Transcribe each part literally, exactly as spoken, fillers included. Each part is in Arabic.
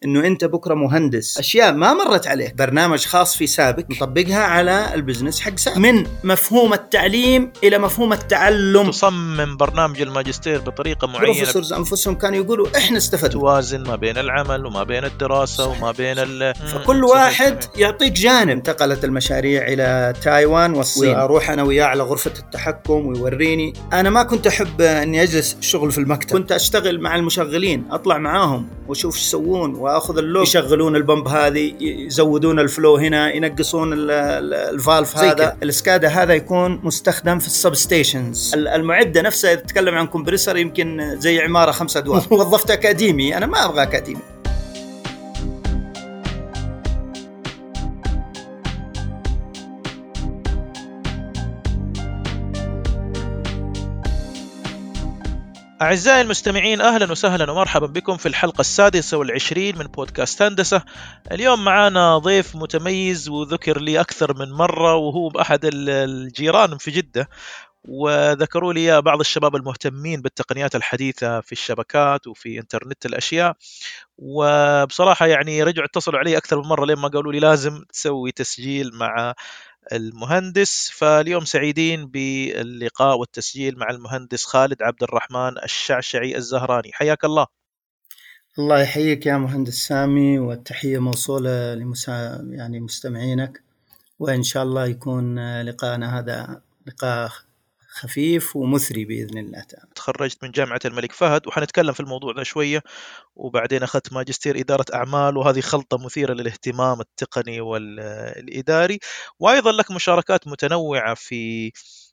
إنه أنت بكرة مهندس، أشياء ما مرت عليك، برنامج خاص في سابق نطبقها على البزنس حق سابق، من مفهوم التعليم إلى مفهوم التعلم. تصمم برنامج الماجستير بطريقة معينة. بروفيسورز أنفسهم كانوا يقولوا إحنا استفدنا. توازن ما بين العمل وما بين الدراسة وما بين ال... فكل واحد صحيح. يعطيك جانب. انتقلت المشاريع إلى تايوان والصين، وأروح أنا وياه على غرفة التحكم ويوريني. أنا ما كنت أحب أني أجلس شغل في المكتب، كنت أشتغل مع المشغلين، أطلع معاهم وشوف ايش يسوون واخذ اللوج، يشغلون البمب هذه، يزودون الفلو هنا، ينقصون الفالف هذا. السكادا هذا يكون مستخدم في السب ستيشنز. المعده نفسها يتكلم عن كمبريسر يمكن زي عماره خمسة ادوار. وظفت اكاديمي، انا ما ابغى اكاديمي. أعزائي المستمعين، أهلا وسهلا ومرحبا بكم في الحلقة السادسة والعشرين من بودكاست هندسة. اليوم معنا ضيف متميز وذكر لي أكثر من مرة، وهو أحد الجيران في جدة، وذكروا لي بعض الشباب المهتمين بالتقنيات الحديثة في الشبكات وفي إنترنت الأشياء. وبصراحة يعني رجعوا اتصلوا علي أكثر من مرة لما قالوا لي لازم تسوي تسجيل مع المهندس. فاليوم سعيدين باللقاء والتسجيل مع المهندس خالد عبد الرحمن الشعشعي الزهراني. حياك الله. الله يحييك يا مهندس سامي، والتحية موصولة لمسا يعني مستمعينك، وإن شاء الله يكون لقاءنا هذا لقاء خفيف ومثري بإذن الله تعالى. تخرجت من جامعة الملك فهد وحنتكلم في الموضوع ده شوية، وبعدين أخذت ماجستير إدارة أعمال، وهذه خلطة مثيرة للاهتمام التقني والإداري، وأيضا لك مشاركات متنوعة في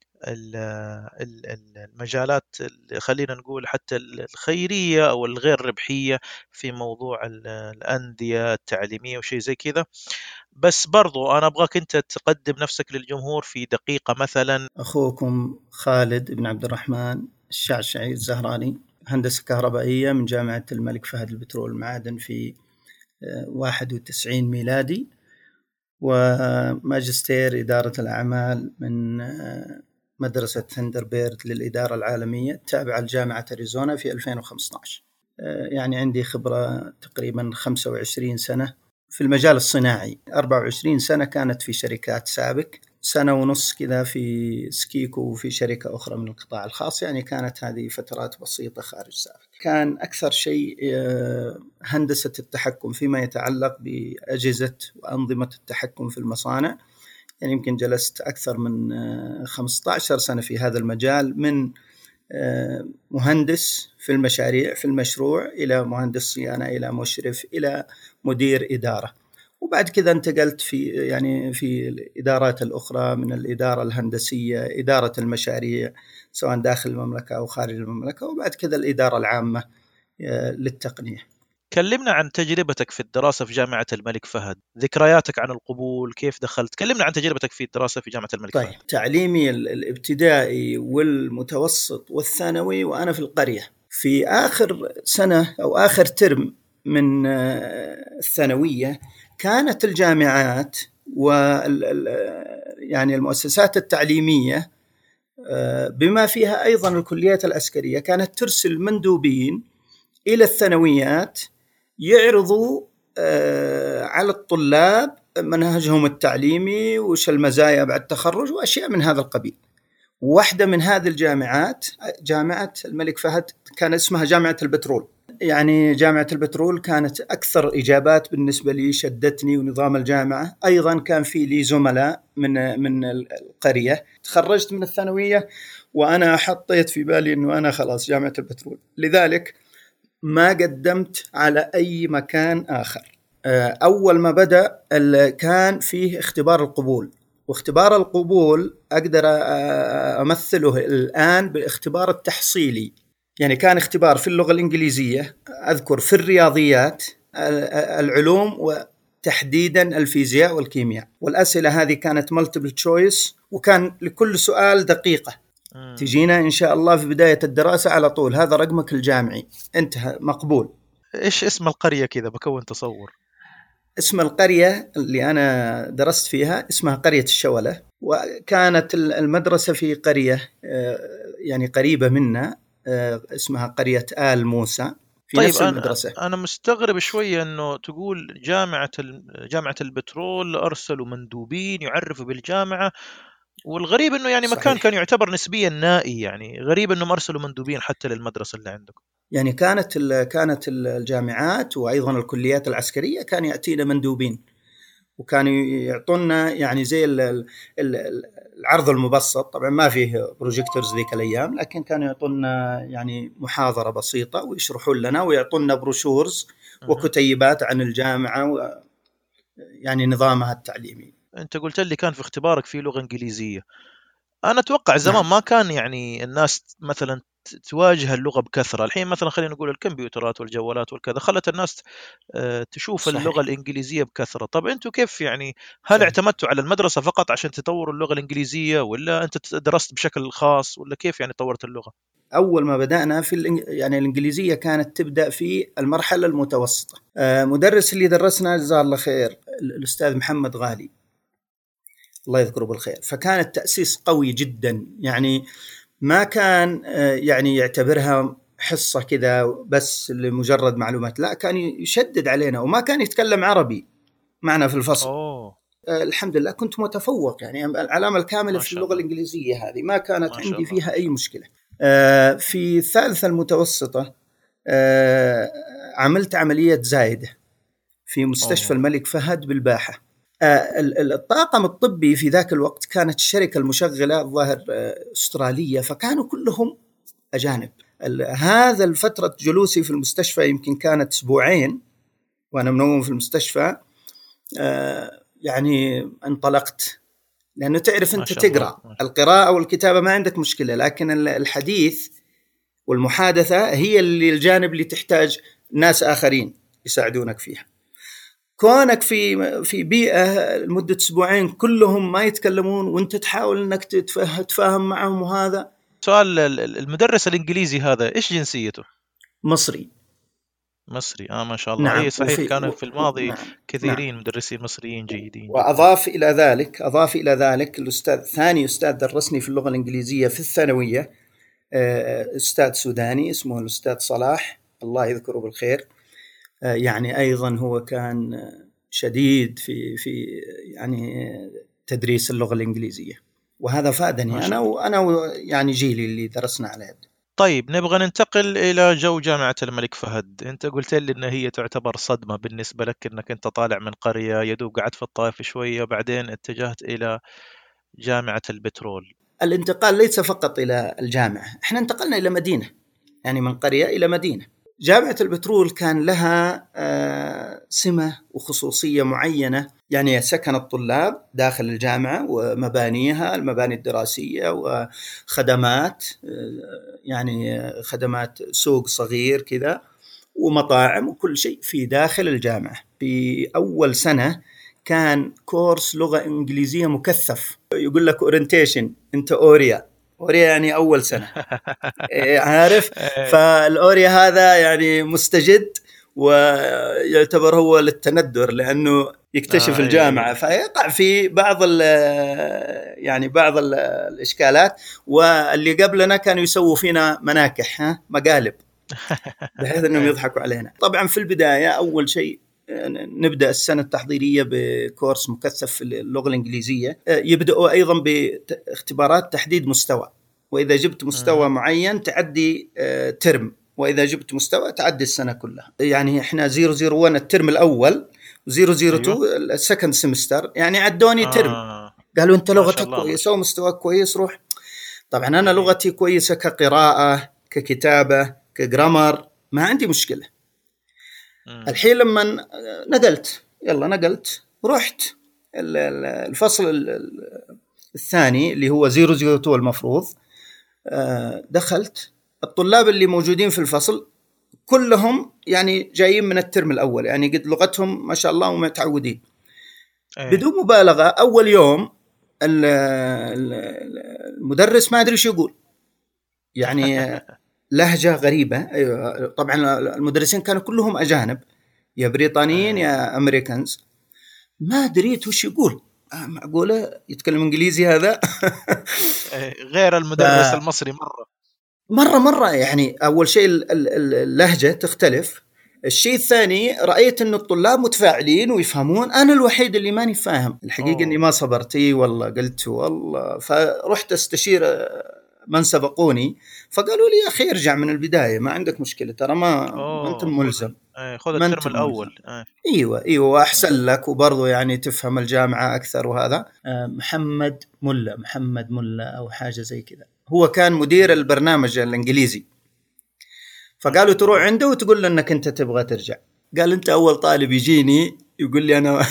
المجالات خلينا نقول حتى الخيرية أو الغير ربحية في موضوع الأندية التعليمية وشيء زي كذا. بس برضو أنا أبغاك أنت تقدم نفسك للجمهور في دقيقة. مثلا أخوكم خالد بن عبد الرحمن الشعشعي الزهراني، هندسة كهربائية من جامعة الملك فهد البترول المعادن في واحد وتسعين ميلادي، وماجستير إدارة الأعمال من مدرسة ثندربيرد للإدارة العالمية التابعة لجامعة أريزونا في ألفين وخمسة عشر. يعني عندي خبرة تقريبا خمسة وعشرين سنة في المجال الصناعي، أربعة وعشرين سنة كانت في شركات سابق، سنة ونص كذا في سكيكو وفي شركة أخرى من القطاع الخاص. يعني كانت هذه فترات بسيطة خارج سابق. كان أكثر شيء هندسة التحكم فيما يتعلق بأجهزة وأنظمة التحكم في المصانع. يعني يمكن جلست أكثر من خمسة عشر سنة في هذا المجال، من مهندس في المشاريع في المشروع إلى مهندس صيانة إلى مشرف إلى مدير إدارة. وبعد كذا انتقلت في يعني في الإدارات الأخرى، من الإدارة الهندسية، إدارة المشاريع سواء داخل المملكة أو خارج المملكة، وبعد كذا الإدارة العامة للتقنية. كلمنا عن تجربتك في الدراسة في جامعة الملك فهد، ذكرياتك عن القبول، كيف دخلت. كلمنا عن تجربتك في الدراسة في جامعة الملك طيب. فهد. تعليمي الابتدائي والمتوسط والثانوي وأنا في القرية. في آخر سنة أو آخر ترم من الثانوية كانت الجامعات وال يعني المؤسسات التعليمية بما فيها أيضا الكليات العسكرية كانت ترسل مندوبين إلى الثانويات يعرضوا على الطلاب منهجهم التعليمي وش المزايا بعد التخرج وأشياء من هذا القبيل. واحدة من هذه الجامعات جامعة الملك فهد، كان اسمها جامعة البترول. يعني جامعة البترول كانت أكثر إجابات بالنسبة لي، شدتني ونظام الجامعة. أيضا كان في لي زملاء من من القرية. تخرجت من الثانوية وأنا حطيت في بالي أنه أنا خلاص جامعة البترول، لذلك ما قدمت على أي مكان آخر. أول ما بدأ كان فيه اختبار القبول، واختبار القبول أقدر أمثله الآن باختبار التحصيلي. يعني كان اختبار في اللغة الإنجليزية، أذكر في الرياضيات، العلوم وتحديدا الفيزياء والكيمياء، والأسئلة هذه كانت multiple choice، وكان لكل سؤال دقيقة. تجينا إن شاء الله في بداية الدراسة على طول هذا رقمك الجامعي، انتهى، مقبول. إيش اسم القرية كذا بكون تصور؟ اسم القرية اللي أنا درست فيها اسمها قرية الشولة، وكانت المدرسة في قرية يعني قريبة منا اسمها قرية آل موسى في طيب نفس أنا المدرسة. أنا مستغرب شوية إنه تقول جامعة ال- جامعة البترول أرسلوا مندوبين يعرفوا بالجامعة، والغريب إنه يعني مكان كان صحيح. يعتبر نسبيا نائي، يعني غريب إنهم أرسلوا مندوبين حتى للمدرسة اللي عندكم. يعني كانت ال- كانت الجامعات وأيضا الكليات العسكرية كان يأتينا مندوبين، وكانوا يعطونا يعني زي ال- ال- ال- العرض المبسط. طبعا ما فيه بروجيكتورز ذيك الأيام، لكن كانوا يعطونا يعني محاضرة بسيطة ويشرحون لنا ويعطونا بروشورز مهم. وكتيبات عن الجامعة و- يعني نظامها التعليمي. أنت قلت لي كان في اختبارك في لغة إنجليزية. أنا أتوقع زمان نعم ما كان يعني الناس مثلا ت- تواجه اللغة بكثرة. الحين مثلا خلينا نقول الكمبيوترات والجوالات والكذا خلت الناس آه، تشوف اللغة صحيح. الإنجليزية بكثرة. طب أنتوا كيف يعني، هل صحيح. اعتمدتوا على المدرسة فقط عشان تطوروا اللغة الإنجليزية، ولا أنت درست بشكل خاص، ولا كيف يعني طورت اللغة؟ أول ما بدأنا في الإنج... يعني الإنجليزية كانت تبدأ في المرحلة المتوسطة. آه، مدرس اللي درسنا جزاه الله خير ال- الأستاذ محمد غالي، الله يذكره بالخير. فكان التأسيس قوي جدا، يعني ما كان آه، يعني يعتبرها حصة كذا بس لمجرد معلومات، لا كان يشدد علينا، وما كان يتكلم عربي معنا في الفصل. أوه. آه، الحمد لله كنت متفوق، يعني العلامة الكاملة ما في شاء اللغة الله. الإنجليزية هذه ما كانت ما شاء عندي الله. ما فيها أي شاء الله. مشكلة. آه، في الثالثة المتوسطة آه، عملت عملية زايدة في مستشفى أوه. الملك فهد بالباحة. آه، ال- ال- الطاقم الطبي في ذاك الوقت كانت الشركة المشغلة الظاهر آه، أسترالية، فكانوا كلهم أجانب. ال- هذا الفترة جلوسي في المستشفى يمكن كانت أسبوعين وأنا منوم في المستشفى. آه، يعني انطلقت، لأنه تعرف ما أنت شاء الله. تقرأ القراءة والكتابة ما عندك مشكلة، لكن ال- الحديث والمحادثة هي اللي الجانب اللي تحتاج ناس آخرين يساعدونك فيها. كونك في في بيئة لمدة أسبوعين كلهم ما يتكلمون وأنت تحاول أنك تتفه- تتفاهم معهم، وهذا سؤال، ال- ال- المدرس الإنجليزي هذا إيش جنسيته؟ مصري. مصري. آه ما شاء الله. نعم إيه صحيح، وفي كان و... في و... الماضي نعم. نعم. كثيرين مدرسين مصريين جيدين جدا. وأضاف إلى ذلك أضاف إلى ذلك الأستاذ ثاني أستاذ درسني في اللغة الإنجليزية في الثانوية، آه، أستاذ سوداني اسمه الأستاذ صلاح، الله يذكره بالخير. آه، يعني أيضا هو كان آه، شديد في في يعني تدريس اللغة الإنجليزية، وهذا ما فادني أنا شاء الله. وأنا و- يعني جيلي اللي درسنا على يده. طيب نبغى ننتقل إلى جو جامعة الملك فهد. أنت قلت لي إن هي تعتبر صدمة بالنسبة لك، إنك أنت طالع من قرية يدوب قعدت في الطائف شوية بعدين اتجهت إلى جامعة البترول. الانتقال ليس فقط إلى الجامعة، احنا انتقلنا إلى مدينة، يعني من قرية إلى مدينة. جامعة البترول كان لها آه، سمة وخصوصية معينة، يعني سكن الطلاب داخل الجامعة ومبانيها، المباني الدراسية وخدمات، آه، يعني خدمات سوق صغير كذا ومطاعم وكل شيء في داخل الجامعة. في أول سنة كان كورس لغة إنجليزية مكثف، يقول لك أورينتيشن، أنت أوريا. أوريا يعني أول سنة، إيه، عارف. إيه. فالأوريا هذا يعني مستجد ويعتبر هو للتندر، لأنه يكتشف آه إيه الجامعة إيه. فيقع في بعض ال يعني بعض ال الإشكالات. واللي قبلنا كانوا يسووا فينا مناكح، ها مقالب، بحيث أنهم إيه. يضحكوا علينا. طبعا في البداية أول شيء نبدأ السنة التحضيرية بكورس مكثف في اللغة الإنجليزية. يبدأوا أيضا باختبارات تحديد مستوى، وإذا جبت مستوى مهم. معين تعدي ترم، وإذا جبت مستوى تعدي السنة كلها. يعني إحنا صفر صفر واحد الترم الأول، صفر صفر أيوه. اثنين السكند سمستر، يعني عدوني ترم. آه قالوا أنت ما شاء لغتك الله. ما كويسة شاء ومستواك كويس، روح. طبعا أنا الله. إيه. لغتي كويسة كقراءة ككتابة كجرامر، ما عندي مشكلة. مم. الحين لما نقلت، يلا نقلت، رحت الفصل الثاني اللي هو صفر صفر اثنين المفروض. دخلت الطلاب اللي موجودين في الفصل كلهم يعني جايين من الترم الأول، يعني قد لغتهم ما شاء الله ومتعودين. إيه. بدون مبالغة أول يوم المدرس ما أدري شو يقول، يعني لهجة غريبة. طبعا المدرسين كانوا كلهم أجانب، يا بريطانيين إيه. يا أمريكانز، ما دريت وش يقول. آه معقولة يتكلم إنجليزي هذا؟ إيه. غير ف... المدرس المصري مرة. مرة مرة يعني أول شيء اللهجة تختلف. الشيء الثاني رأيت أن الطلاب متفاعلين ويفهمون، أنا الوحيد اللي ماني فاهم الحقيقة. أني ما صبرتي والله، قلت والله، فرحت استشير من سبقوني فقالوا لي يا أخي ارجع من البداية، ما عندك مشكلة، ترى ما, ما أنت ملزم، خذ الترم الأول. ايوه ايوه احسن لك، وبرضه يعني تفهم الجامعه اكثر. وهذا محمد ملا محمد ملا او حاجه زي كذا، هو كان مدير البرنامج الانجليزي. فقالوا تروح عنده وتقول له انك انت تبغى ترجع. قال انت اول طالب يجيني يقول لي انا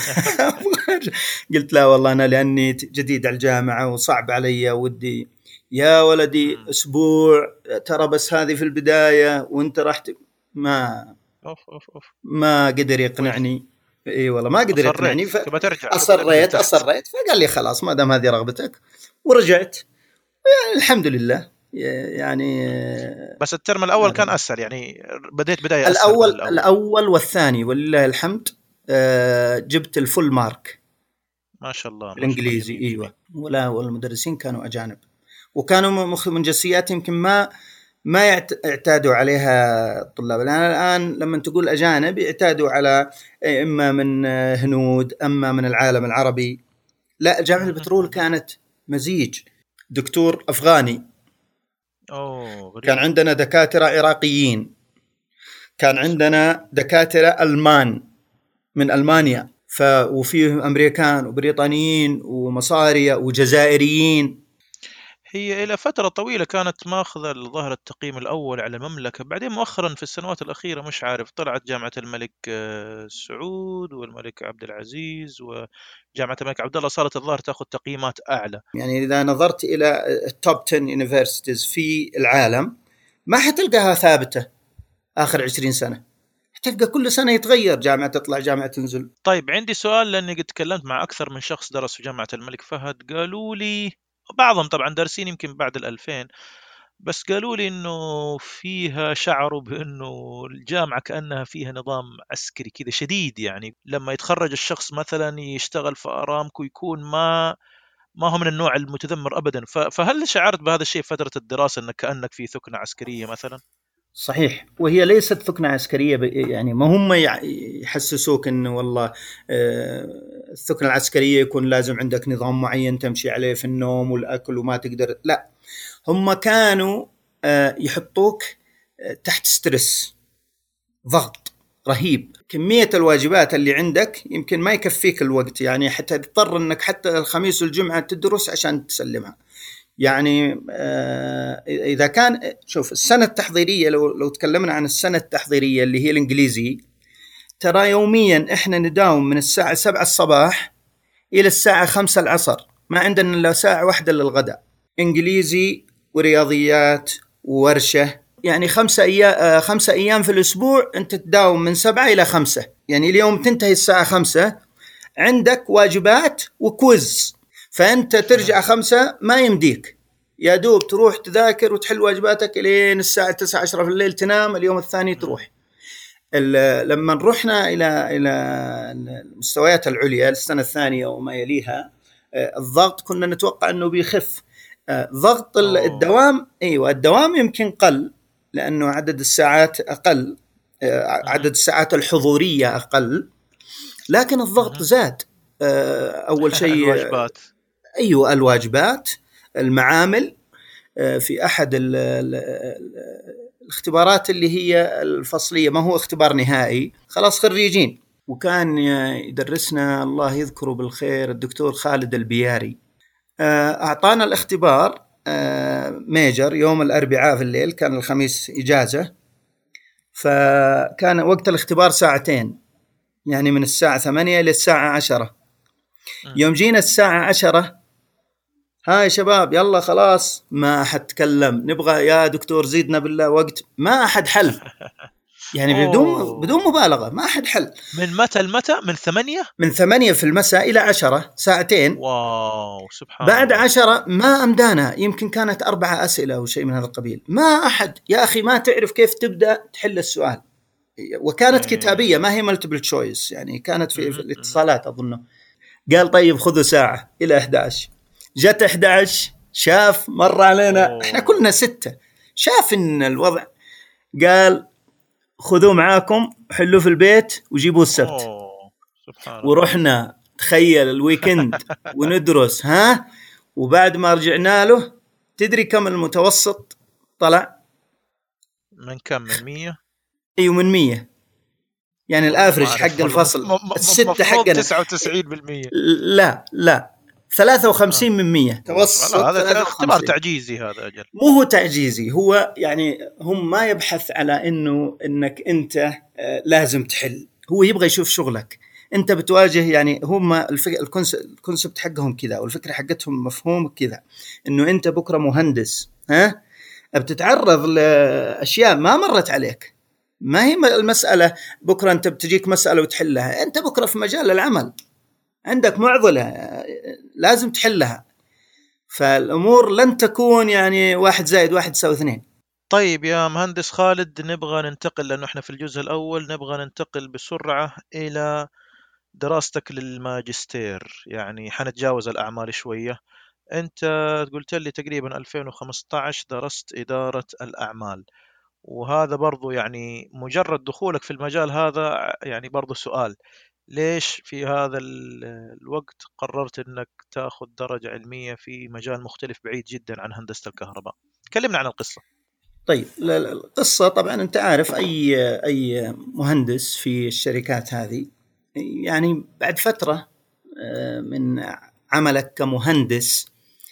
قلت لا والله انا لاني جديد على الجامعه وصعب علي، ودي يا ولدي اسبوع ترى بس هذه في البدايه وانت راح ما أوف أوف أوف. ما قدر يقنعني. اي والله ما قدر يقنعني. ف... اصريت اصريت فقال لي خلاص ما دام هذه رغبتك، ورجعت. يعني الحمد لله يعني. بس الترم الاول كان اسهل يعني، بديت بدايه الاول الأول. الاول والثاني ولله الحمد جبت الفول مارك ما شاء الله الانجليزي. ايوه ولا والمدرسين كانوا اجانب، وكانوا من جنسيات يمكن ما ما يعتادوا عليها الطلاب. الآن الآن لما تقول أجانب يعتادوا على إما من هنود أما من العالم العربي. لا، جامعة البترول كانت مزيج، دكتور أفغاني، أوه كان عندنا دكاترة عراقيين، كان عندنا دكاترة ألمان من ألمانيا، ف وفيه أمريكان وبريطانيين ومصارية وجزائريين. هي إلى فترة طويلة كانت ماخذة الظاهر التقييم الأول على المملكة، بعدين مؤخرا في السنوات الأخيرة مش عارف طلعت جامعة الملك سعود والملك عبد العزيز وجامعة الملك عبد الله صارت الظاهر تأخذ تقييمات أعلى. يعني إذا نظرت إلى التوب عشرة يونيفرسيتيز في العالم ما حتلقاها ثابتة آخر عشرين سنة، تلقى كل سنة يتغير، جامعة تطلع جامعة تنزل. طيب عندي سؤال، لأني قد تكلمت مع أكثر من شخص درس في جامعة الملك فهد، قالوا لي بعضهم طبعا دارسين يمكن بعد الألفين، بس قالوا لي إنه فيها شعروا بأنه الجامعة كأنها فيها نظام عسكري كذا شديد، يعني لما يتخرج الشخص مثلا يشتغل في أرامكو يكون ما ما هو من النوع المتذمر أبدا. فهل شعرت بهذا الشيء فترة الدراسة أنك كأنك في ثكنة عسكرية مثلا؟ صحيح، وهي ليست ثكنة عسكرية، يعني ما هم يحسسوك إنه والله الثكنة العسكرية يكون لازم عندك نظام معين تمشي عليه في النوم والأكل وما تقدر، لا، هم كانوا يحطوك تحت ستريس، ضغط رهيب، كمية الواجبات اللي عندك يمكن ما يكفيك الوقت، يعني حتى تضطر إنك حتى الخميس والجمعة تدرس عشان تسلمها. يعني آه إذا كان شوف السنة التحضيرية، لو لو تكلمنا عن السنة التحضيرية اللي هي الإنجليزي، ترى يوميا إحنا نداوم من الساعة سبعة الصباح إلى الساعة خمسة العصر، ما عندنا إلا ساعة واحدة للغداء، إنجليزي ورياضيات وورشة. يعني خمسة أيام آه خمسة أيام في الأسبوع أنت تداوم من سبعة إلى خمسة، يعني اليوم تنتهي الساعة خمسة، عندك واجبات وكويز، فأنت ترجع خمسة ما يمديك، يا دوب تروح تذاكر وتحل واجباتك لين الساعة تسعة عشرة في الليل تنام، اليوم الثاني تروح. لما رحنا إلى إلى المستويات العليا السنة الثانية وما يليها، الضغط كنا نتوقع أنه بيخف، ضغط الدوام أيوة الدوام يمكن قل لأنه عدد الساعات أقل، عدد الساعات الحضورية أقل، لكن الضغط زاد. أول شيء الواجبات، أيوة الواجبات، المعامل، في أحد ال ال الاختبارات اللي هي الفصلية، ما هو اختبار نهائي، خلاص خريجين، وكان يدرسنا الله يذكره بالخير الدكتور خالد البياري، أعطانا الاختبار ميجر يوم الأربعاء في الليل، كان الخميس إجازة، فكان وقت الاختبار ساعتين، يعني من الساعة ثمانية إلى الساعة عشرة. يوم جينا الساعة عشرة، هاي شباب يلا خلاص، ما أحد تكلم، نبغى يا دكتور زيدنا بالله وقت، ما أحد حل، يعني بدون بدون مبالغة ما أحد حل. من متى المتى؟ من ثمانية من ثمانية في المساء إلى عشرة، ساعتين. واو سبحان بعد الله. عشرة ما أمدانا، يمكن كانت أربعة أسئلة أو شيء من هذا القبيل، ما أحد يا أخي ما تعرف كيف تبدأ تحل السؤال، وكانت كتابية ما هي مالتيبل تشويس، يعني كانت في, في الاتصالات أظنه. قال طيب خذوا ساعة إلى إحدى عشر، جت إحدى عشر شاف مر علينا، أوه. إحنا كلنا ستة، شاف إن الوضع، قال خذوه معاكم حلوه في البيت وجيبوه السبت. أوه. سبحان الله. ورحنا تخيل الويكند وندرس ها. وبعد ما رجعنا له تدري كم المتوسط طلع؟ من كم؟ من مية؟ ايوه من مية. يعني الافرج حق الفصل الستة حقنا تسعة وتسعين بالمية. لا لا ثلاثة وخمسين من مية توسط. هذا اختبار تعجيزي، هذا أجل مو هو تعجيزي، هو يعني هم ما يبحث على انه انك انت لازم تحل، هو يبغى يشوف شغلك انت بتواجه. يعني هم الكونسبت حقهم كذا، والفكرة حقتهم مفهوم كذا، انه انت بكرة مهندس ها بتتعرض لاشياء ما مرت عليك. ما هي المسألة بكرة انت بتجيك مسألة وتحلها، انت بكرة في مجال العمل عندك معضلة لازم تحلها. فالأمور لن تكون يعني واحد زائد واحد يساوي اثنين. طيب يا مهندس خالد، نبغى ننتقل، لأنه إحنا في الجزء الأول نبغى ننتقل بسرعة إلى دراستك للماجستير. يعني حنتجاوز الأعمال شوية. أنت قلت لي تقريبا ألفين وخمسة عشر درست إدارة الأعمال، وهذا برضو يعني مجرد دخولك في المجال هذا يعني برضو سؤال، ليش في هذا الوقت قررت أنك تأخذ درجة علمية في مجال مختلف بعيد جدا عن هندسة الكهرباء؟ كلمنا عن القصة. طيب القصة طبعا أنت عارف أي أي مهندس في الشركات هذه يعني بعد فترة من عملك كمهندس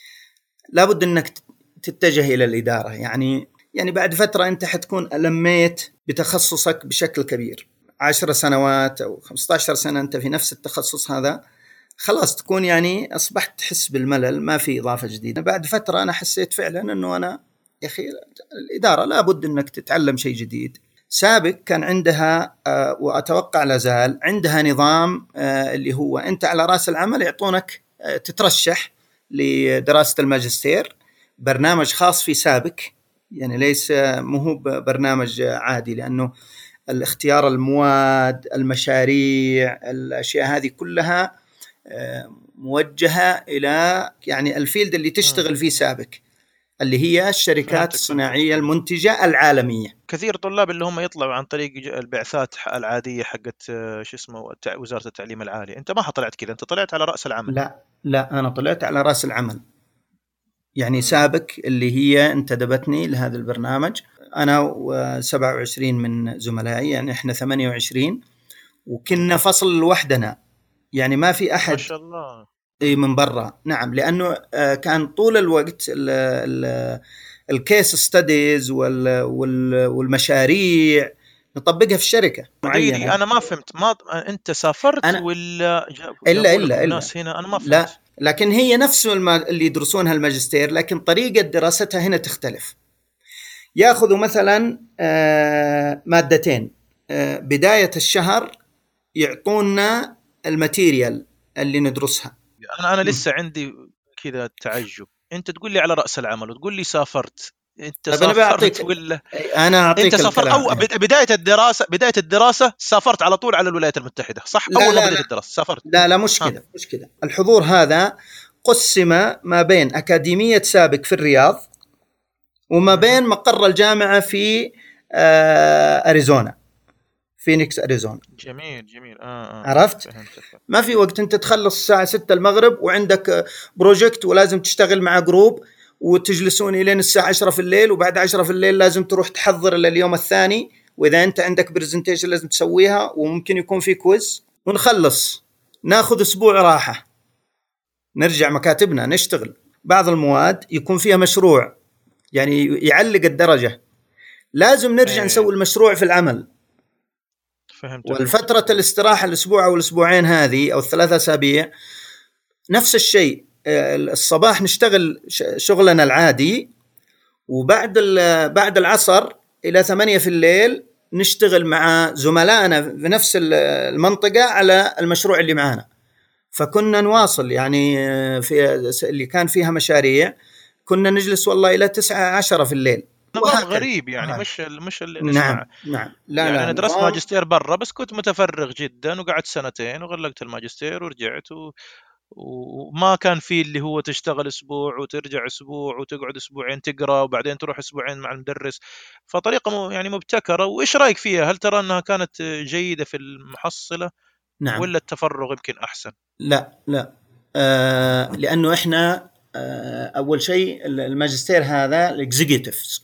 لابد أنك تتجه إلى الإدارة. يعني يعني بعد فترة أنت حتكون لميت بتخصصك بشكل كبير، عشر سنوات أو خمسة عشر سنة أنت في نفس التخصص هذا، خلاص تكون يعني أصبحت تحس بالملل، ما في إضافة جديدة. بعد فترة أنا حسيت فعلا أنه أنا يا أخي الإدارة لابد أنك تتعلم شيء جديد. سابق كان عندها آه وأتوقع لازال عندها نظام آه اللي هو أنت على رأس العمل يعطونك آه تترشح لدراسة الماجستير، برنامج خاص في سابق، يعني ليس مو برنامج عادي، لأنه الاختيار المواد المشاريع الأشياء هذه كلها موجهة إلى يعني الفيلد اللي تشتغل فيه سابق، اللي هي الشركات الصناعية المنتجة العالمية. كثير طلاب اللي هم يطلعوا عن طريق البعثات العادية حقت شو اسمه وزارة التعليم العالي، أنت ما طلعت كذا، أنت طلعت على رأس العمل. لا لا أنا طلعت على رأس العمل. يعني سابق اللي هي انتدبتني لهذا البرنامج أنا وسبعة وعشرين من زملائي، يعني إحنا ثمانية وعشرين، وكنا فصل لوحدنا، يعني ما في أحد ما شاء الله من برا. نعم، لأنه كان طول الوقت الكيس ستاديز والمشاريع نطبقها في الشركة معينة. أنا ما فهمت، ما أنت سافرت أنا ولا إلا إلا إلا هنا؟ أنا ما فهمت. لا، لكن هي نفس اللي يدرسونها الماجستير، لكن طريقة دراستها هنا تختلف. يأخذوا مثلا مادتين، بداية الشهر يعطونا الماتيريال اللي ندرسها. أنا أنا لسه عندي كذا تعجب، أنت تقول لي على رأس العمل وتقول لي سافرت، أنت سافرت ولا أنا أعطيك أنت سافرت أو بداية الدراسة بداية الدراسة سافرت على طول على الولايات المتحدة صح؟ لا أول لا ما بدأت لا الدراسة سافرت؟ لا لا مش كذا مش كذا. الحضور هذا قسم ما بين أكاديمية سابق في الرياض وما بين مقر الجامعة في أريزونا، فينيكس أريزونا. جميل جميل. آه آه. عرفت؟ فهمت. ما في وقت أنت تخلص الساعة ستة المغرب وعندك بروجكت ولازم تشتغل مع جروب وتجلسون إلين الساعة عشرة في الليل، وبعد عشرة في الليل لازم تروح تحضر لليوم الثاني، وإذا أنت عندك برزنتيشن لازم تسويها، وممكن يكون في كويز، ونخلص ناخذ أسبوع راحة نرجع مكاتبنا نشتغل. بعض المواد يكون فيها مشروع يعني يعلق الدرجة، لازم نرجع أيه. نسوي المشروع في العمل. فهمت. والفترة الاستراحة الأسبوع أو الأسبوعين هذه أو الثلاثة أسابيع نفس الشيء، الصباح نشتغل شغلنا العادي، وبعد بعد العصر إلى ثمانية في الليل نشتغل مع زملائنا في نفس المنطقة على المشروع اللي معانا. فكنا نواصل يعني في اللي كان فيها مشاريع كنا نجلس والله إلى تسعة عشرة في الليل. نظام غريب يعني. آه. مش مش اللي نسمع. نعم نعم. لا يعني لا أنا درست ماجستير برا، بس كنت متفرغ جدا وقعدت سنتين وغلقت الماجستير ورجعت و... وما كان في اللي هو تشتغل أسبوع وترجع أسبوع وتقعد أسبوعين تقرأ وبعدين تروح أسبوعين مع المدرس. فطريقة يعني مبتكرة. وإيش رأيك فيها؟ هل ترى أنها كانت جيدة في المحصلة؟ نعم. ولا التفرغ يمكن أحسن؟ لا لا آه لأنه إحنا آه أول شيء الماجستير هذا الإكزيكتيفز،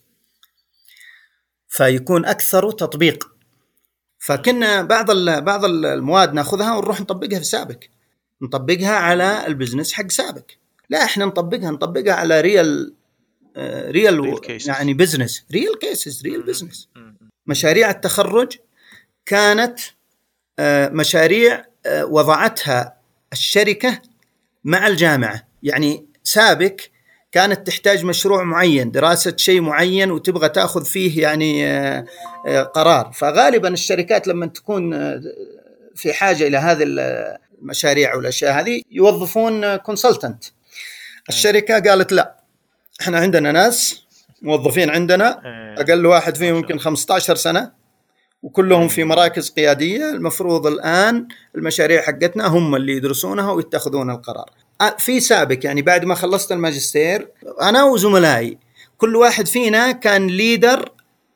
فيكون أكثر تطبيق. فكنا بعض بعض المواد ناخذها ونروح نطبقها في سابك، نطبقها على البزنس حق سابك. لا إحنا نطبقها نطبقها على ريال ريال يعني بزنس، ريال كيسز، ريال بزنس. مشاريع التخرج كانت مشاريع وضعتها الشركة مع الجامعة. يعني سابك كانت تحتاج مشروع معين، دراسة شيء معين، وتبغى تأخذ فيه يعني قرار. فغالبا الشركات لما تكون في حاجة إلى هذه المشاريع والأشياء هذه يوظفون كونسلتنت. الشركة قالت لا، احنا عندنا ناس موظفين عندنا أقل واحد فيهم يمكن خمسة عشر سنة وكلهم في مراكز قيادية، المفروض الآن المشاريع حقتنا هم اللي يدرسونها ويتخذون القرار. في سابق يعني بعد ما خلصت الماجستير أنا وزملائي كل واحد فينا كان ليدر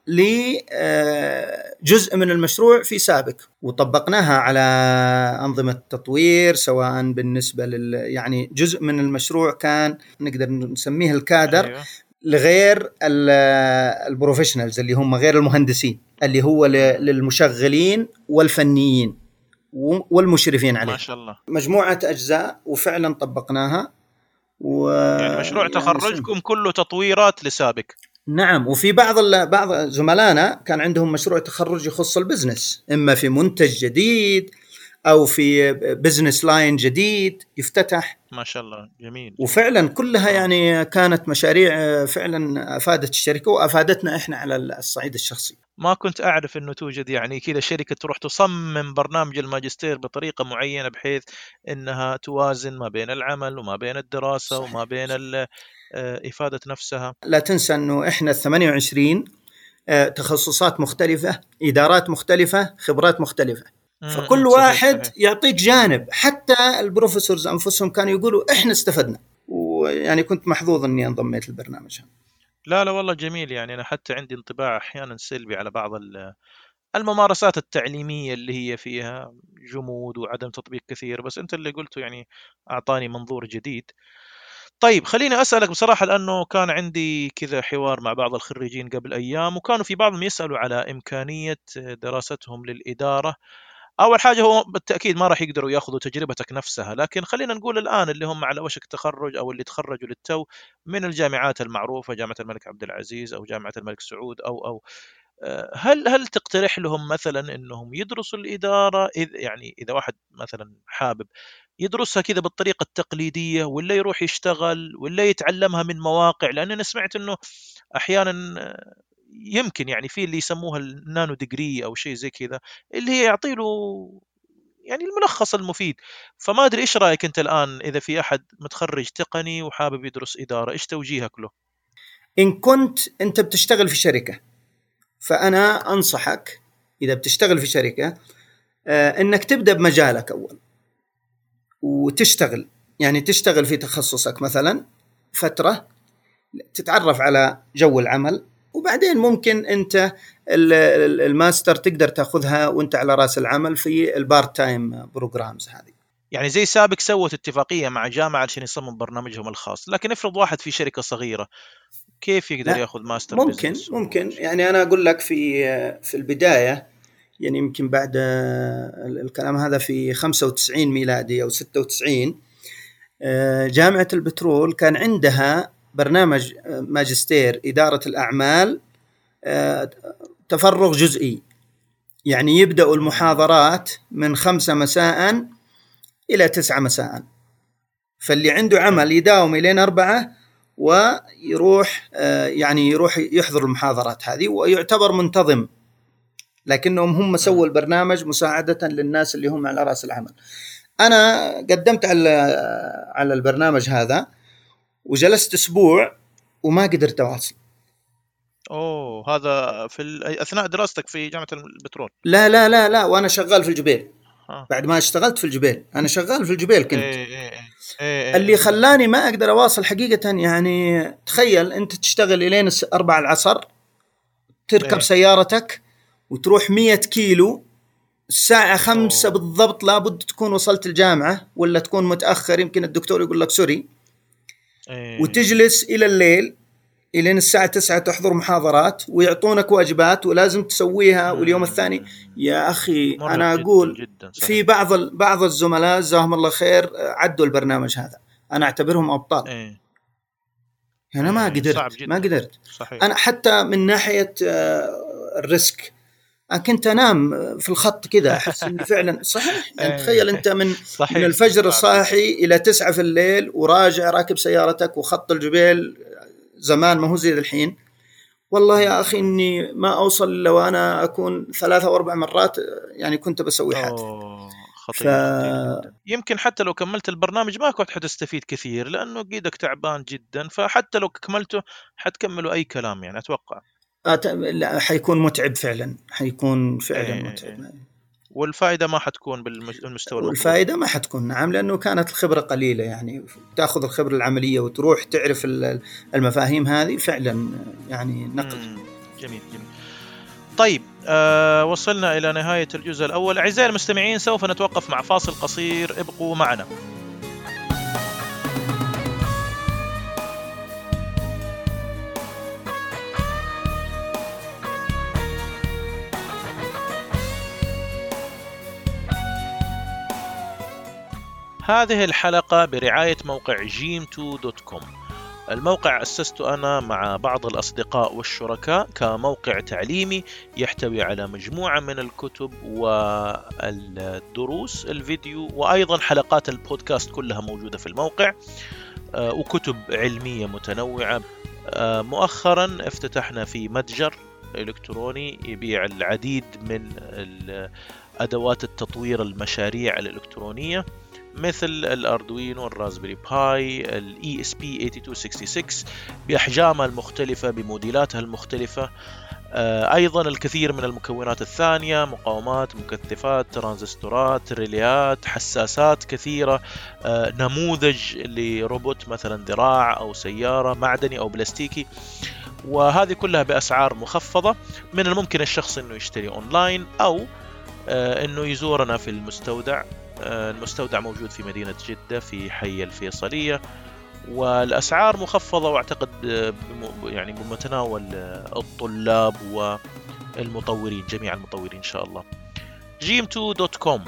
لجزء من المشروع في سابق، وطبقناها على أنظمة تطوير، سواء بالنسبة لل يعني جزء من المشروع كان نقدر نسميه الكادر. أيوة. لغير البروفيشنالز اللي هم غير المهندسين، اللي هو للمشغلين والفنيين والمشرفين عليه. ما شاء الله. مجموعة أجزاء وفعلا طبقناها و... يعني مشروع يعني تخرجكم سن... كله تطويرات لسابق. نعم. وفي بعض بعض زملائنا كان عندهم مشروع تخرج يخص البزنس، إما في منتج جديد أو في بزنس لاين جديد يفتتح. ما شاء الله. جميل. وفعلا كلها يعني كانت مشاريع فعلا أفادت الشركة وأفادتنا إحنا على الصعيد الشخصي. ما كنت أعرف أنه توجد يعني كذا شركة تروح تصمم برنامج الماجستير بطريقة معينة بحيث أنها توازن ما بين العمل وما بين الدراسة. صحيح. وما بين إفادة نفسها. لا تنسى أنه إحنا الثمانية وعشرين تخصصات مختلفة، إدارات مختلفة، خبرات مختلفة، فكل واحد صحيح. يعطيك جانب. حتى البروفيسورز أنفسهم كانوا يقولوا إحنا استفدنا، ويعني كنت محظوظ أني انضميت للبرنامج. لا لا والله جميل. يعني أنا حتى عندي انطباع أحيانا سلبي على بعض الممارسات التعليمية اللي هي فيها جمود وعدم تطبيق كثير، بس أنت اللي قلته يعني أعطاني منظور جديد. طيب خليني أسألك بصراحة، لأنه كان عندي كذا حوار مع بعض الخريجين قبل أيام، وكانوا في بعضهم يسألوا على إمكانية دراستهم للإدارة. أول حاجة هو بالتأكيد ما راح يقدروا يأخذوا تجربتك نفسها، لكن خلينا نقول الآن اللي هم على وشك تخرج أو اللي تخرجوا للتو من الجامعات المعروفة، جامعة الملك عبد العزيز أو جامعة الملك سعود أو أو هل هل تقترح لهم مثلا إنهم يدرسوا الإدارة؟ إذ يعني إذا واحد مثلا حابب يدرسها كذا بالطريقة التقليدية، ولا يروح يشتغل، ولا يتعلمها من مواقع؟ لأن أنا سمعت إنه أحيانا يمكن يعني في اللي يسموها النانو ديجري أو شيء زي كذا، اللي هي يعطي له يعني الملخص المفيد. فما أدري إيش رأيك أنت الآن إذا في أحد متخرج تقني وحابب يدرس إدارة، إيش توجيهك له؟ إن كنت أنت بتشتغل في شركة، فأنا أنصحك إذا بتشتغل في شركة آه إنك تبدأ بمجالك أول وتشتغل، يعني تشتغل في تخصصك مثلا فترة تتعرف على جو العمل، وبعدين ممكن أنت الماستر تقدر تأخذها وأنت على رأس العمل في البارت تايم بروجرامز هذه. يعني زي سابق سوت اتفاقية مع جامعة عشان يصمم برنامجهم الخاص، لكن افرض واحد في شركة صغيرة كيف يقدر ياخذ ماستر ممكن بزنس؟ ممكن يعني أنا أقول لك في في البداية، يعني يمكن بعد الكلام هذا في خمسة وتسعين ميلادي أو ستة وتسعين، جامعة البترول كان عندها برنامج ماجستير إدارة الأعمال تفرغ جزئي، يعني يبدأ المحاضرات من خمسة مساء إلى تسعة مساء، فاللي عنده عمل يداوم إلين أربعة ويروح يعني يروح يحضر المحاضرات هذه ويعتبر منتظم، لكنهم هم سووا البرنامج مساعدة للناس اللي هم على رأس العمل. أنا قدمت على على البرنامج هذا وجلست أسبوع وما قدرت أواصل. أوه، هذا في أثناء دراستك في جامعة البترول؟ لا لا لا لا وأنا شغال في الجبيل. آه. بعد ما اشتغلت في الجبيل، أنا شغال في الجبيل كنت. إيه إيه إيه إيه اللي خلاني ما أقدر أواصل حقيقة، يعني تخيل أنت تشتغل إلين أربع العصر، تركب إيه. سيارتك وتروح مية كيلو، الساعة خمسة أوه. بالضبط لابد تكون وصلت الجامعة، ولا تكون متأخر يمكن الدكتور يقول لك سوري. إيه. وتجلس إلى الليل إلين الساعة تسعة تحضر محاضرات ويعطونك واجبات ولازم تسويها، واليوم الثاني. يا أخي أنا أقول جداً جداً في بعض بعض الزملاء جزاهم الله خير عدوا البرنامج هذا، أنا أعتبرهم أبطال. إيه. أنا ما إيه. قدرت ما قدرت صحيح. أنا حتى من ناحية الريسك، كنت أنام في الخط كده، أحس إني فعلا صحيح. يعني تخيل أنت من صحيح. من الفجر صاحي إلى تسعة في الليل وراجع راكب سيارتك وخط الجبيل، زمان ما هو زي الحين. والله يا أخي إني ما أوصل لو أنا أكون ثلاثة أو أربع مرات يعني كنت بسوي حادث. خطير ف... خطير جدا. يمكن حتى لو كملت البرنامج ما كنت حتستفيد كثير لأنه قيدك تعبان جدا، فحتى لو كملته حتكملوا أي كلام يعني أتوقع. أت... لا حيكون متعب فعلا، حيكون فعلا ايه متعب. ايه. والفائدة ما حتكون بالمستوى المطلوب. والفائدة ما حتكون، نعم، لأنه كانت الخبرة قليلة، يعني تأخذ الخبرة العملية وتروح تعرف المفاهيم هذه فعلا يعني نقل. جميل جميل. طيب آه وصلنا إلى نهاية الجزء الأول. أعزائي المستمعين سوف نتوقف مع فاصل قصير، ابقوا معنا. هذه الحلقة برعاية موقع جيم تو دوت كوم. الموقع أسسته أنا مع بعض الأصدقاء والشركاء كموقع تعليمي يحتوي على مجموعة من الكتب والدروس الفيديو، وأيضا حلقات البودكاست كلها موجودة في الموقع، وكتب علمية متنوعة. مؤخرا افتتحنا في متجر إلكتروني يبيع العديد من أدوات التطوير المشاريع الإلكترونية مثل الأردوينو والرازبري باي، ال إي إس بي ثمانية اثنين ستة ستة بأحجامها المختلفة بموديلاتها المختلفة. أيضا الكثير من المكونات الثانية، مقاومات، مكثفات، ترانزستورات، ريليات، حساسات كثيرة، نموذج لروبوت مثلا ذراع أو سيارة معدني أو بلاستيكي، وهذه كلها بأسعار مخفضة. من الممكن الشخص أنه يشتري أونلاين أو أنه يزورنا في المستودع. المستودع موجود في مدينة جدة في حي الفيصلية، والأسعار مخفضة وأعتقد يعني بمتناول الطلاب والمطورين، جميع المطورين إن شاء الله. جيم تو دوت كوم.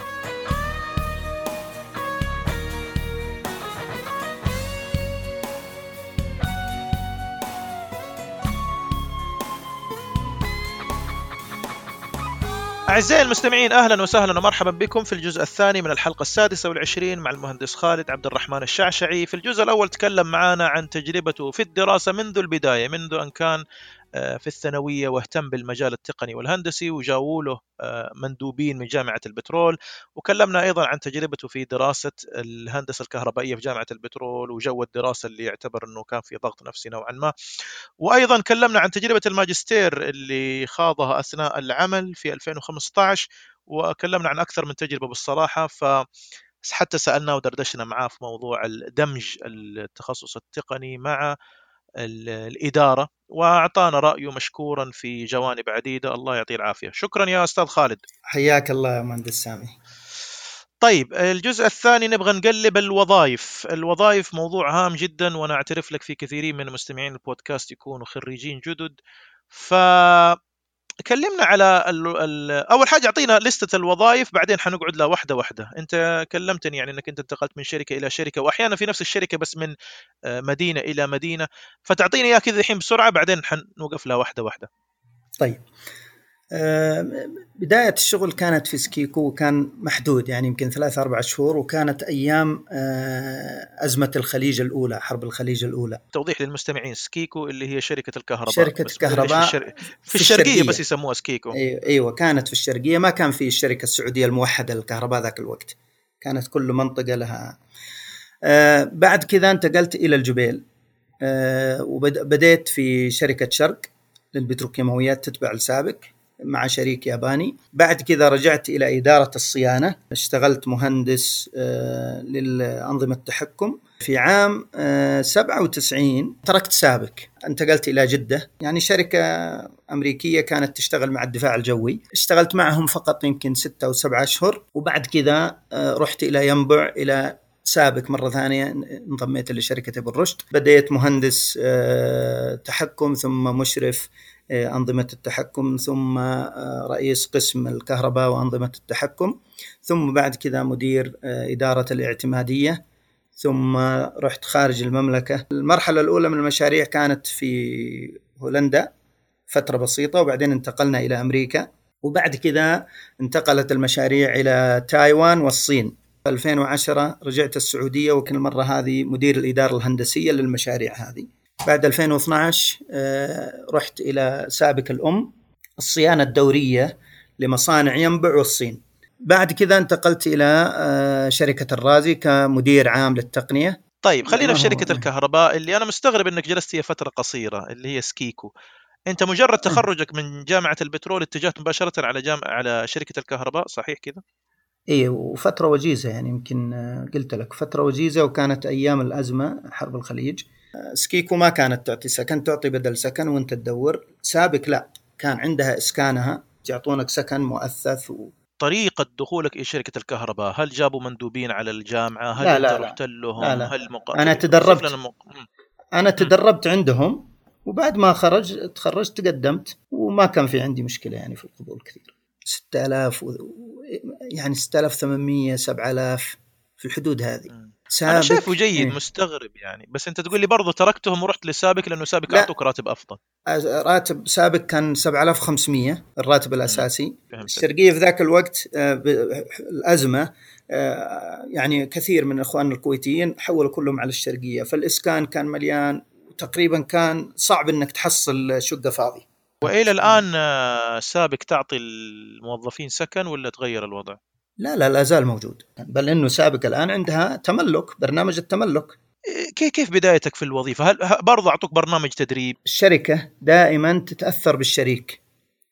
أعزائي المستمعين أهلا وسهلا ومرحبا بكم في الجزء الثاني من الحلقة السادسة والعشرين مع المهندس خالد عبد الرحمن الشعشعي. في الجزء الأول تكلم معنا عن تجربته في الدراسة منذ البداية، منذ أن كان في الثانوية واهتم بالمجال التقني والهندسي، وجاءوا له مندوبين من جامعة البترول. وكلمنا أيضا عن تجربته في دراسة الهندسة الكهربائية في جامعة البترول وجو الدراسة اللي يعتبر أنه كان في ضغط نفسي نوعا ما. وأيضا كلمنا عن تجربة الماجستير اللي خاضها أثناء العمل في ألفين وخمسة عشر، وكلمنا عن أكثر من تجربة بالصراحة، فحتى سألنا ودردشنا معاه في موضوع دمج التخصص التقني مع الإدارة، وأعطانا رأيه مشكورا في جوانب عديدة. الله يعطيه العافية. شكرا يا أستاذ خالد. حياك الله يا مهندس سامي. طيب الجزء الثاني نبغى نقلب الوظائف. الوظائف موضوع هام جدا، وأنا أعترف لك في كثيرين من مستمعين البودكاست يكونوا خريجين جدد. فكلمنا على ال ال أول حاجة أعطينا لستة الوظائف، بعدين حنقعد لها واحدة واحدة. أنت كلمتني يعني أنك أنت انتقلت من شركة إلى شركة، وأحيانا في نفس الشركة بس من مدينة إلى مدينة، فتعطيني إياه كذا الحين بسرعة بعدين حنوقف لها واحدة واحدة. طيب بداية الشغل كانت في سكيكو وكان محدود، يعني يمكن ثلاثة أربعة شهور، وكانت أيام أزمة الخليج الأولى، حرب الخليج الأولى. توضيح للمستمعين، سكيكو اللي هي شركة الكهرباء، شركة الكهرباء في, الشر... في, في الشرقية, الشرقية بس يسموها سكيكو. أيوة كانت في الشرقية، ما كان في الشركة السعودية الموحدة للكهرباء ذاك الوقت، كانت كل منطقة لها. آه بعد كذا انتقلت إلى الجبيل، آه وبدأت في شركة شرق للبتروكيماويات تتبع لسابق. مع شريك ياباني. بعد كذا رجعت إلى إدارة الصيانة، اشتغلت مهندس للأنظمة التحكم. في عام سبعة وتسعين تركت سابك، انتقلت إلى جدة، يعني شركة أمريكية كانت تشتغل مع الدفاع الجوي. اشتغلت معهم فقط يمكن ستة أو سبعة أشهر، وبعد كذا رحت إلى ينبع إلى سابك مرة ثانية، انضميت لشركة ابن رشد. بديت مهندس تحكم، ثم مشرف أنظمة التحكم، ثم رئيس قسم الكهرباء وأنظمة التحكم، ثم بعد كذا مدير إدارة الاعتمادية، ثم رحت خارج المملكة. المرحلة الأولى من المشاريع كانت في هولندا فترة بسيطة، وبعدين انتقلنا إلى أمريكا، وبعد كذا انتقلت المشاريع إلى تايوان والصين. في ألفين وعشرة رجعت السعودية، وكل مرة هذه مدير الإدارة الهندسية للمشاريع هذه. بعد ألفين واثني عشر رحت إلى سابك الأم، الصيانة الدورية لمصانع ينبع والصين. بعد كذا انتقلت إلى شركة الرازي كمدير عام للتقنية. طيب خلينا في شركة الكهرباء اللي أنا مستغرب أنك جلست فيها فترة قصيرة، اللي هي سكيكو. أنت مجرد تخرجك من جامعة البترول اتجهت مباشرة على جامعة على شركة الكهرباء، صحيح كذا؟ إيه، وفترة وجيزة، يعني يمكن قلت لك فترة وجيزة، وكانت أيام الأزمة حرب الخليج. سكيكو ما كانت تعطي سكن، تعطي بدل سكن وانت تدور. سابق لا، كان عندها إسكانها، يعطونك سكن مؤثث. و... طريقة دخولك إلى شركة الكهرباء، هل جابوا مندوبين على الجامعة؟ هل لا أنت لا رحت لهم؟ لا لا. هل مق... أنا تدربت مق... أنا تدربت عندهم، وبعد ما خرج تخرجت تقدمت، وما كان في عندي مشكلة يعني في القبول كثير. ستة آلاف و... يعني ستة آلاف وثمانمية سبعة آلاف في الحدود هذه. أنا شايفه جيد. إيه؟ مستغرب يعني، بس أنت تقول لي برضو تركتهم ورحت لسابك لأنه سابك أعطوك راتب أفضل. راتب سابق كان سبعة آلاف وخمسمية الراتب الأساسي. الشرقية في ذاك الوقت الأزمة، يعني كثير من إخواننا الكويتيين حولوا كلهم على الشرقية، فالإسكان كان مليان، وتقريبا كان صعب أنك تحصل شقة فاضي. وإلى الآن سابق تعطي الموظفين سكن ولا تغير الوضع؟ لا لا لا زال موجود، بل إنه سابق الآن عندها تملك، برنامج التملك. كيف بدايتك في الوظيفة؟ هل برضو أعطوك برنامج تدريب؟ الشركة دائما تتأثر بالشريك.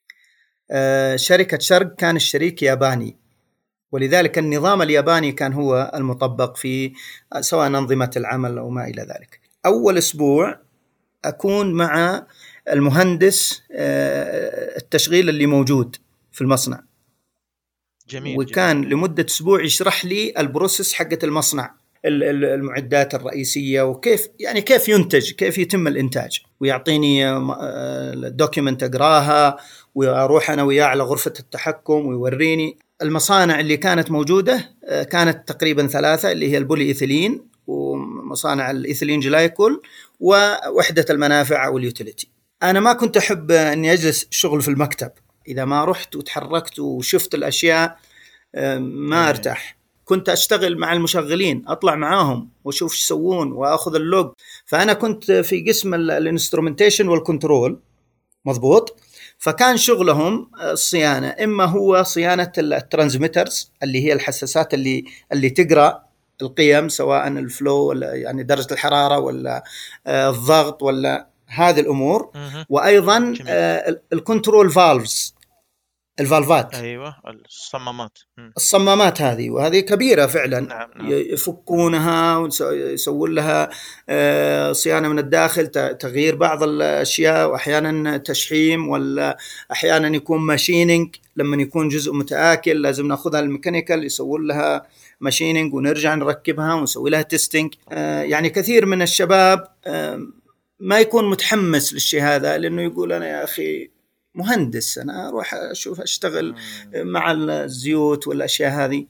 آه شركة شرق كان الشريك ياباني، ولذلك النظام الياباني كان هو المطبق في سواء أنظمة العمل أو ما إلى ذلك. أول أسبوع أكون مع المهندس آه التشغيل اللي موجود في المصنع. جميل. وكان جميل. لمدة أسبوع يشرح لي البروسيس حقة المصنع، المعدات الرئيسية، وكيف يعني كيف ينتج، كيف يتم الإنتاج، ويعطيني دوكيمنت أقراها، وأروح أنا وياه على غرفة التحكم ويوريني المصانع اللي كانت موجودة. كانت تقريبا ثلاثة، اللي هي البولي إيثيلين، ومصانع الإيثيلين جلايكول، ووحدة المنافع أو اليوتيليتي. أنا ما كنت أحب أني أجلس شغل في المكتب، إذا ما رحت وتحركت وشفت الأشياء ما أرتاح. كنت أشتغل مع المشغلين، أطلع معاهم وأشوف إيش يسوون وأخذ اللوج. فأنا كنت في قسم الانسترومنتيشن والكنترول، مضبوط. فكان شغلهم الصيانة، إما هو صيانة الترانسميترز اللي هي الحساسات اللي اللي تقرأ القيم، سواء الفلو ولا يعني درجة الحرارة ولا الضغط ولا هذه الأمور. وأيضا الكنترول فالفز، الفالفات، أيوة الصمامات الصمامات هذه، وهذه كبيرة فعلا. نعم نعم. يفكونها ويسوون لها صيانة من الداخل، تغيير بعض الأشياء، وأحيانا تشحيم، ولا أحيانا يكون ماشينينج. لما يكون جزء متآكل لازم نأخذها الميكانيكال يسوون لها ماشينينج، ونرجع نركبها ونسوي لها تيستينج. يعني كثير من الشباب ما يكون متحمس للشيء هذا، لأنه يقول أنا يا أخي مهندس، أنا أروح أشوف أشتغل مع الزيوت والأشياء هذه.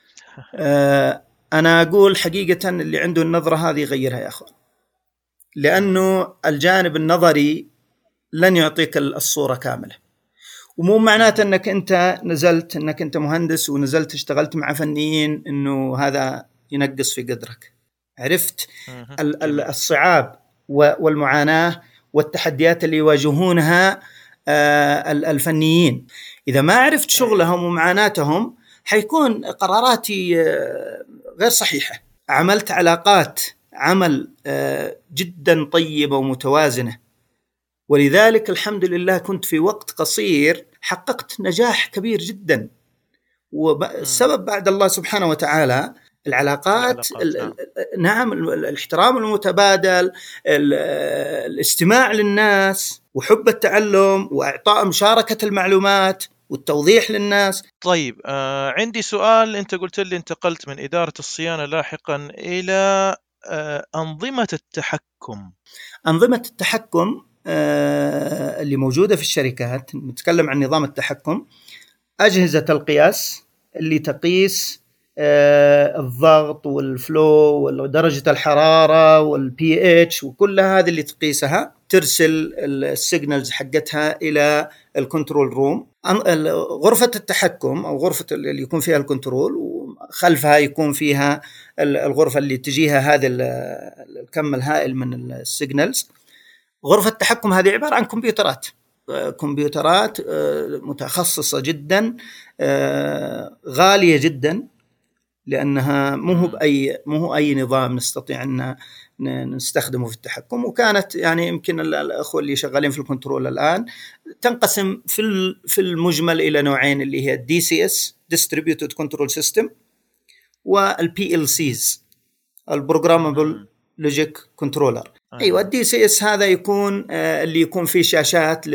أنا أقول حقيقة اللي عنده النظرة هذه غيرها يا أخوان، لأنه الجانب النظري لن يعطيك الصورة كاملة. ومو معناته أنك أنت نزلت أنك أنت مهندس ونزلت اشتغلت مع فنيين أنه هذا ينقص في قدرك. عرفت الصعاب والمعاناة والتحديات اللي يواجهونها الفنيين. إذا ما عرفت شغلهم ومعاناتهم حيكون قراراتي غير صحيحة. عملت علاقات عمل جدا طيبة ومتوازنة ولذلك الحمد لله كنت في وقت قصير حققت نجاح كبير جدا. والسبب بعد الله سبحانه وتعالى العلاقات, العلاقات نعم, الاحترام المتبادل, الاستماع للناس, وحب التعلم, وإعطاء مشاركة المعلومات والتوضيح للناس. طيب آه عندي سؤال. أنت قلت لي انتقلت من إدارة الصيانة لاحقا إلى آه أنظمة التحكم. أنظمة التحكم آه اللي موجودة في الشركات, نتكلم عن نظام التحكم, أجهزة القياس اللي تقيس آه الضغط والفلو ودرجة الحرارة والبي اتش وكل هذه اللي تقيسها, ترسل السيجنالز حقتها إلى الكنترول روم. غرفة التحكم أو غرفة اللي يكون فيها الكنترول, وخلفها يكون فيها الغرفة اللي تجيها هذا الكم الهائل من السيجنالز. غرفة التحكم هذه عبارة عن كمبيوترات كمبيوترات متخصصة جدا, غالية جدا, لأنها مو بأي مو أي نظام نستطيع أن نستخدمه في التحكم. وكانت يعني يمكن الأخوة اللي شغالين في الكنترول الآن تنقسم في في المجمل إلى نوعين, اللي هي الدي سي اس Distributed Control System, والبي ال سيز البروجرامبل لوجيك كنترولر. أيوة, الدي سي اس هذا يكون آه اللي يكون فيه شاشات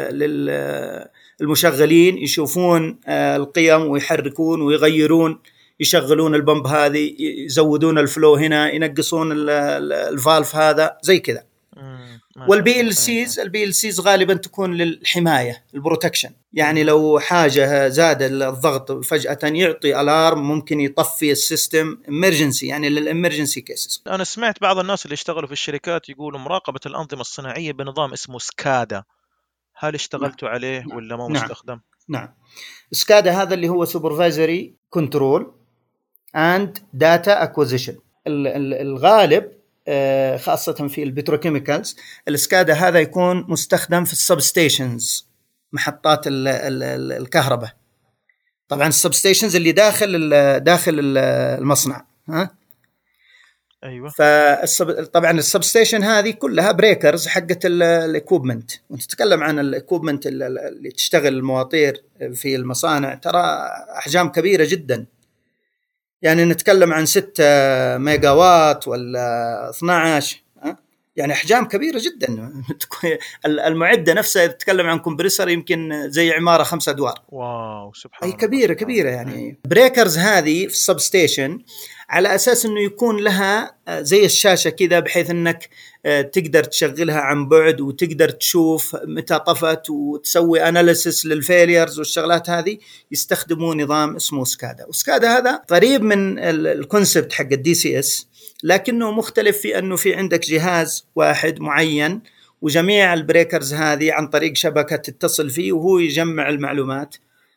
للمشغلين يشوفون آه القيم ويحركون ويغيرون, يشغلون البمب هذه, يزودون الفلو هنا, ينقصون الفالف هذا, زي كذا. والبي ال سيز البي ال سيز غالبا تكون للحماية, البروتكشن, يعني لو حاجة زاد الضغط فجأة يعطي ألارم, ممكن يطفي السيستم emergency, يعني للإمرجنسي كيسز. أنا سمعت بعض الناس اللي اشتغلوا في الشركات يقولوا مراقبة الأنظمة الصناعية بنظام اسمه سكادا, هل اشتغلتوا نعم. عليه نعم. ولا ما نعم. مستخدم؟ نعم, سكادا هذا اللي هو Supervisory Control and Data Acquisition. الغالب خاصة في البتروكيميكالز, السكادا هذا يكون مستخدم في السبستيشنز, محطات الكهرباء. طبعا السبستيشنز اللي داخل داخل المصنع, ها ايوه. فطبعا السبستيشن هذه كلها بريكرز حقت الاكوبمنت, ونتكلم عن الاكوبمنت اللي تشتغل المواطير في المصانع, ترى احجام كبيرة جدا, يعني نتكلم عن ستة ميجا وات ولا اثنا عشر, يعني أحجام كبيرة جدا. المعدة نفسها تتكلم عن كمبريسر يمكن زي عمارة خمسة أدوار. واو سبحان الله, أي كبيرة كبيرة يعني. بريكرز هذه في السبستيشن على أساس أنه يكون لها زي الشاشة كذا, بحيث أنك تقدر تشغلها عن بعد وتقدر تشوف متى طفت وتسوي أناليسيس للفيليرز والشغلات هذه. يستخدمون نظام اسمه سكادا, وسكادا هذا قريب من الكونسبت حق الدي سي اس, لكنه مختلف في أنه في عندك جهاز واحد معين, وجميع البريكرز هذه عن طريق شبكة تتصل فيه, وهو يجمع المعلومات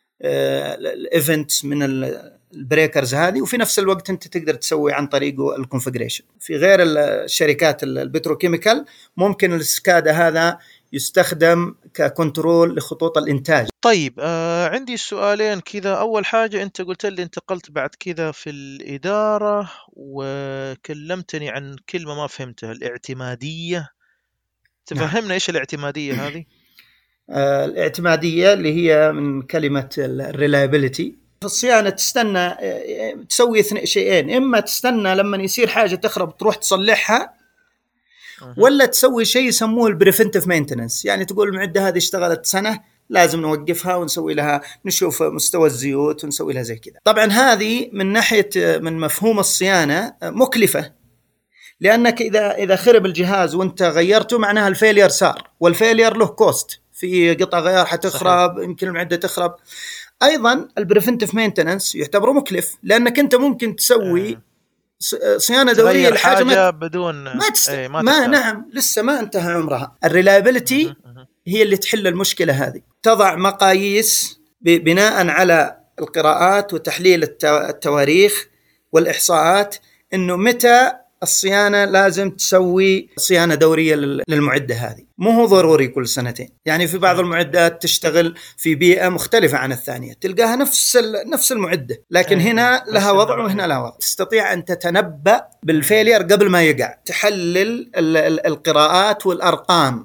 الإيفنتس من البريكرز هذه, وفي نفس الوقت أنت تقدر تسوي عن طريقه الكونفيجريشن. في غير الشركات البتروكيميكال ممكن السكادا هذا يستخدم ككنترول لخطوط الإنتاج. طيب آه عندي سؤالين كذا. أول حاجة أنت قلت لي انتقلت بعد كذا في الإدارة, وكلمتني عن كلمة ما فهمتها, الاعتمادية. تفهمنا نعم. إيش الاعتمادية هذه؟ آه الاعتمادية اللي هي من كلمة الريلايبيليتي. في الصيانة تستنى تسوي شيئين, إما تستنى لما يصير حاجة تخرب تروح تصلحها, ولا تسوي شيء يسموه البريفنتيف مينتننس, يعني تقول المعدة هذه اشتغلت سنة لازم نوقفها ونسوي لها, نشوف مستوى الزيوت ونسوي لها زي كذا. طبعا هذه من ناحية من مفهوم الصيانة مكلفة, لأنك إذا إذا خرب الجهاز وأنت غيرته معناها الفيلير صار, والفيلير له كوست, في قطع غيار حتخرب, يمكن المعدة تخرب. أيضا البريفنتيف مينتننس يعتبر مكلف, لأنك أنت ممكن تسوي صيانة دورية لحاجة ما بدون ما, تست... أي ما, ما نعم لسه ما انتهى عمرها. الريلايبيليتي هي اللي تحل المشكلة هذه, تضع مقاييس بناء على القراءات وتحليل التواريخ والإحصاءات, إنه متى الصيانة لازم تسوي صيانة دورية للمعدة هذه. مو هو ضروري كل سنتين, يعني في بعض المعدات تشتغل في بيئة مختلفة عن الثانية, تلقاها نفس نفس المعدة, لكن هنا لها وضع وهنا لها وضع. تستطيع أن تتنبأ بالفيلير قبل ما يقع, تحلل القراءات والأرقام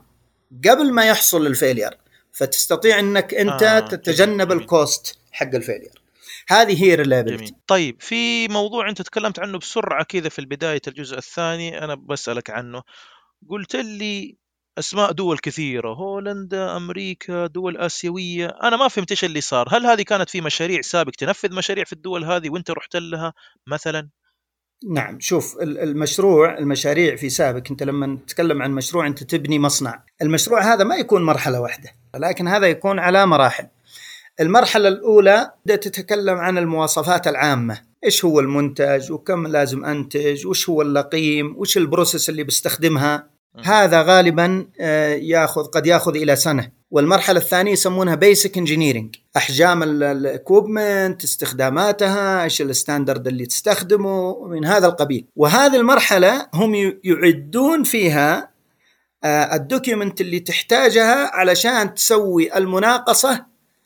قبل ما يحصل الفيلير، فتستطيع أنك أنت آه، تتجنب جميل. الكوست حق الفيلير. هذه هي reliability. طيب في موضوع أنت تكلمت عنه بسرعة كذا في البداية الجزء الثاني، أنا بسألك عنه. قلت لي أسماء دول كثيرة، هولندا، أمريكا، دول آسيوية. أنا ما فهمت إيش اللي صار. هل هذه كانت في مشاريع سابق تنفذ مشاريع في الدول هذه وأنت رحت لها مثلا؟ نعم، شوف، المشروع المشاريع في سابق، أنت لما تتكلم عن مشروع أنت تبني مصنع، المشروع هذا ما يكون مرحلة واحدة، لكن هذا يكون على مراحل. المرحلة الأولى تتكلم عن المواصفات العامة، إيش هو المنتج وكم لازم أنتج وإيش هو اللقيم وإيش البروسيس اللي بستخدمها. هذا غالبا ياخذ قد ياخذ إلى سنة. والمرحلة الثانية يسمونها بيسك انجينيرينج، أحجام الإكوبمنت، استخداماتها، إيش الستاندرد اللي تستخدمه، من هذا القبيل. وهذه المرحلة هم يعدون فيها الدوكيومنت اللي تحتاجها علشان تسوي المناقصة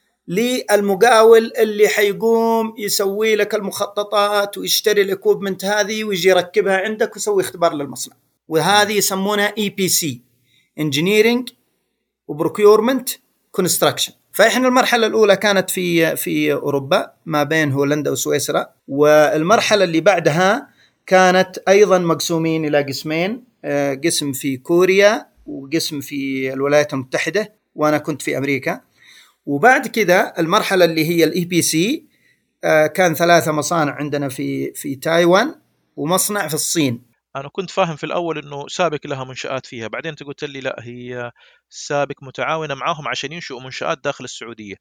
للمقاول اللي حيقوم يسوي لك المخططات ويشتري الإكوبمنت هذه ويجي يركبها عندك ويسوي اختبار للمصنع. وهذه يسمونها إي بي سي Engineering وبروكيورمنت Construction. فإحنا المرحلة الأولى كانت في في أوروبا ما بين هولندا وسويسرا، والمرحلة اللي بعدها كانت أيضا مقسومين إلى قسمين، قسم في كوريا وقسم في الولايات المتحدة، وأنا كنت في أمريكا. وبعد كده المرحلة اللي هي الإي بي سي كان ثلاثة مصانع عندنا في في تايوان ومصنع في الصين. أنا كنت فاهم في الأول إنه سابق لها منشآت فيها، بعدين أنت قلت لي لا، هي سابق متعاونة معاهم عشان ينشئوا منشآت داخل السعودية.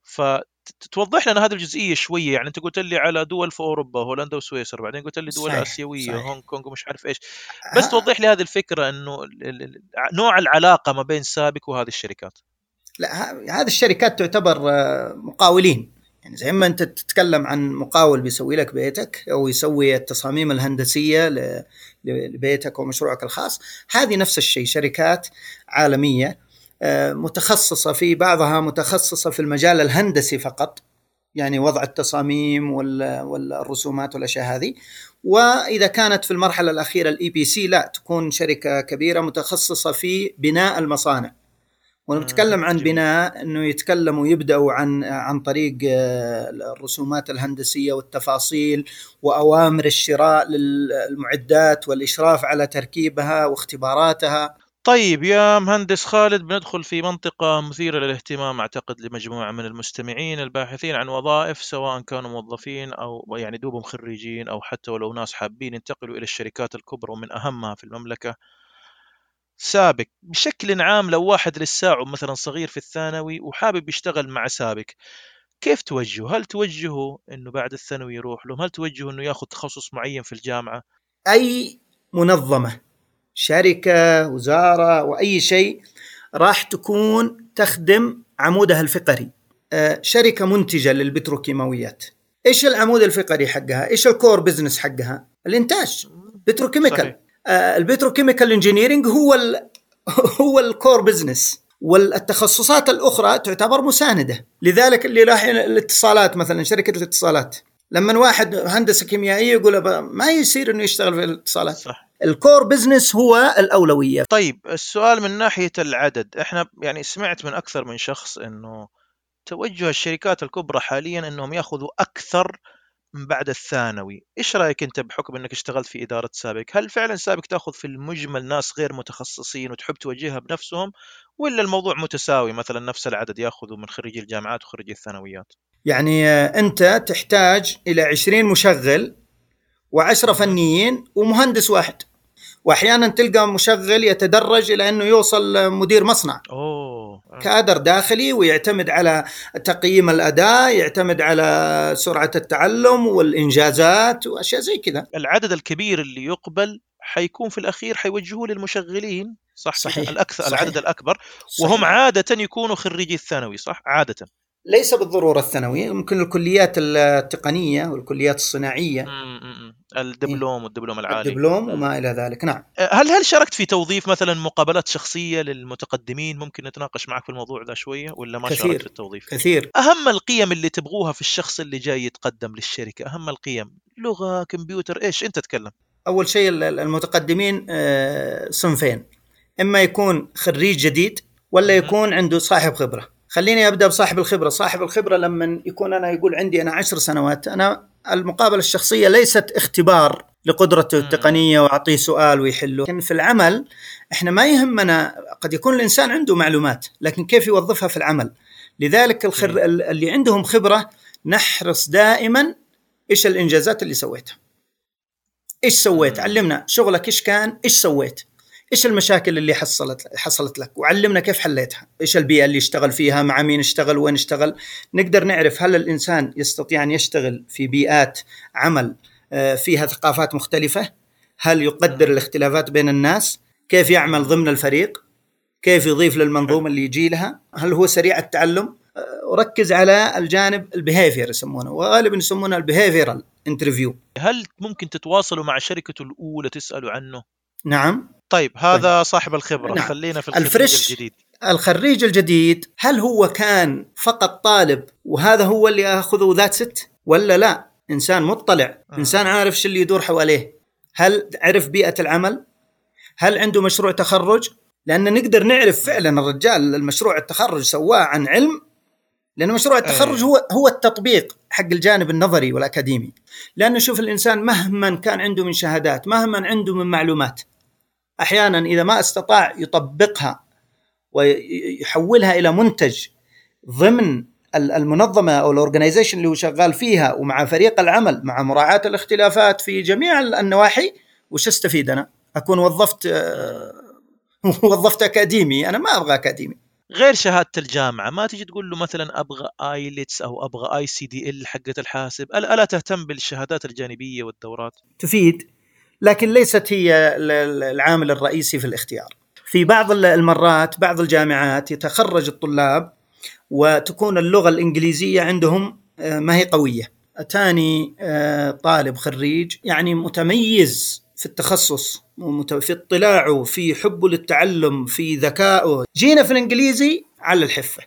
فتوضح لنا هذه الجزئية شوية. يعني أنت قلت لي على دول في أوروبا، هولندا وسويسرا، بعدين قلت لي دول صحيح. آسيوية، صحيح. هونغ كونغ ومش عارف إيش. بس توضح لي هذه الفكرة إنه نوع العلاقة ما بين سابق وهذه الشركات. لا، هذه الشركات تعتبر مقاولين. يعني زي ما أنت تتكلم عن مقاول بيسوي لك بيتك أو يسوي التصاميم الهندسية لبيتك ومشروعك الخاص، هذه نفس الشيء. شركات عالمية متخصصة، في بعضها متخصصة في المجال الهندسي فقط، يعني وضع التصاميم والرسومات والأشياء هذه. وإذا كانت في المرحلة الأخيرة الإي بي سي، لا، تكون شركة كبيرة متخصصة في بناء المصانع. ونتكلم عن بناء أنه يتكلموا يبدأوا عن عن طريق الرسومات الهندسية والتفاصيل وأوامر الشراء للمعدات والإشراف على تركيبها واختباراتها. طيب يا مهندس خالد، بندخل في منطقة مثيرة للاهتمام أعتقد لمجموعة من المستمعين الباحثين عن وظائف، سواء كانوا موظفين أو يعني دوبهم خريجين، أو حتى ولو ناس حابين ينتقلوا إلى الشركات الكبرى ومن أهمها في المملكة. سابق بشكل عام، لو واحد لساعه مثلا صغير في الثانوي وحابب يشتغل مع سابق، كيف توجهه؟ هل توجهه إنه بعد الثانوي يروح لهم؟ هل توجهه إنه يأخذ تخصص معين في الجامعة؟ أي منظمة، شركة، وزارة، وأي شيء راح تكون تخدم عمودها الفقري. شركة منتجة للبتروكيماويات، إيش العمود الفقري حقها؟ إيش الكور بزنس حقها؟ الإنتاج، بتروكيميكال. البتروكيميكال انجينيرينج هو ال هو الكور بزنس، والتخصصات الأخرى تعتبر مساندة. لذلك اللي راح الاتصالات مثلا، شركة الاتصالات، لما واحد هندسة كيميائية يقول ما يصير إنه يشتغل في الاتصالات. صح. الكور بزنس هو الأولوية. طيب السؤال من ناحية العدد، احنا يعني سمعت من أكثر من شخص إنه توجه الشركات الكبرى حاليا إنهم يأخذوا أكثر من بعد الثانوي. إيش رأيك أنت بحكم أنك اشتغلت في إدارة سابق؟ هل فعلا سابق تأخذ في المجمل ناس غير متخصصين وتحب توجهها بنفسهم، ولا الموضوع متساوي مثلا نفس العدد يأخذوا من خريجي الجامعات وخريجي الثانويات؟ يعني أنت تحتاج إلى عشرين مشغل وعشرة فنيين ومهندس واحد، وأحيانا تلقى مشغل يتدرج إلى أنه يوصل مدير مصنع. أوه. كادر داخلي، ويعتمد على تقييم الأداء، يعتمد على سرعة التعلم والإنجازات وأشياء زي كذا. العدد الكبير اللي يقبل حيكون في الأخير حيوجهوه للمشغلين، صح؟ صحيح. الأكثر. صحيح. العدد الأكبر. صحيح. وهم عادة يكونوا خريجي الثانوي، صح؟ عادة ليس بالضرورة الثانوي، ممكن الكليات التقنية والكليات الصناعية، م-م. الدبلوم والدبلوم العالي، الدبلوم وما إلى ذلك. نعم. هل هل شاركت في توظيف مثلا مقابلات شخصية للمتقدمين؟ ممكن نتناقش معك في الموضوع ده شوية، ولا ما كثير. شاركت في التوظيف؟ كثير. أهم القيم اللي تبغوها في الشخص اللي جاي يتقدم للشركة، أهم القيم، لغة، كمبيوتر، إيش أنت تتكلم؟ أول شيء المتقدمين صنفين، إما يكون خريج جديد ولا يكون عنده صاحب خبرة. خليني أبدأ بصاحب الخبرة. صاحب الخبرة لما يكون أنا يقول عندي أنا عشر سنوات، أنا المقابلة الشخصية ليست اختبار لقدرته التقنية وأعطيه سؤال ويحله. لكن في العمل إحنا ما يهمنا، قد يكون الإنسان عنده معلومات لكن كيف يوظفها في العمل. لذلك الخر... اللي عندهم خبرة نحرص دائما إيش الإنجازات اللي سويتها، إيش سويت، علمنا شغلك إيش كان، إيش سويت، إيش المشاكل اللي حصلت حصلت لك وعلمنا كيف حليتها، إيش البيئة اللي اشتغل فيها، مع مين اشتغل، وين اشتغل. نقدر نعرف هل الإنسان يستطيع أن يشتغل في بيئات عمل فيها ثقافات مختلفة، هل يقدر الاختلافات بين الناس، كيف يعمل ضمن الفريق، كيف يضيف للمنظومة اللي يجي لها، هل هو سريع التعلم. وركز على الجانب البيهيفير يسمونه، وغالبا يسمونه البيهيفيرال انترفيو. هل ممكن تتواصلوا مع شركته الأولى تسألوا عنه؟ نعم. طيب هذا طيب. صاحب الخبرة. نعم. خلينا في الخريج الجديد. الخريج الجديد هل هو كان فقط طالب وهذا هو اللي يأخذه ذات ست، ولا لا إنسان مطلع، م. إنسان عارف شو اللي يدور حواليه، هل عرف بيئة العمل، هل عنده مشروع تخرج. لأن نقدر نعرف فعلا الرجال المشروع التخرج سواه عن علم، لأن مشروع التخرج هو هو التطبيق حق الجانب النظري والأكاديمي. لأنه شوف الإنسان مهما كان عنده من شهادات، مهما عنده من معلومات، أحيانا إذا ما استطاع يطبقها ويحولها إلى منتج ضمن المنظمة أو الأورجنايزيشن اللي هو شغال فيها ومع فريق العمل مع مراعاة الاختلافات في جميع النواحي، وش استفيد أنا؟ أكون وظفت وظفت أكاديمي، أنا ما أبغى أكاديمي. غير شهادة الجامعة ما تيجي تقول له مثلا أبغى آيلتس أو أبغى آي سي دي إل حقة الحاسب، ألا تهتم بالشهادات الجانبية والدورات؟ تفيد، لكن ليست هي العامل الرئيسي في الاختيار. في بعض المرات بعض الجامعات يتخرج الطلاب وتكون اللغة الإنجليزية عندهم ما هي قوية. أتاني طالب خريج يعني متميز في التخصص، في اطلاعه، في حبه للتعلم، في ذكائه، جينا في الإنجليزي على الحفة.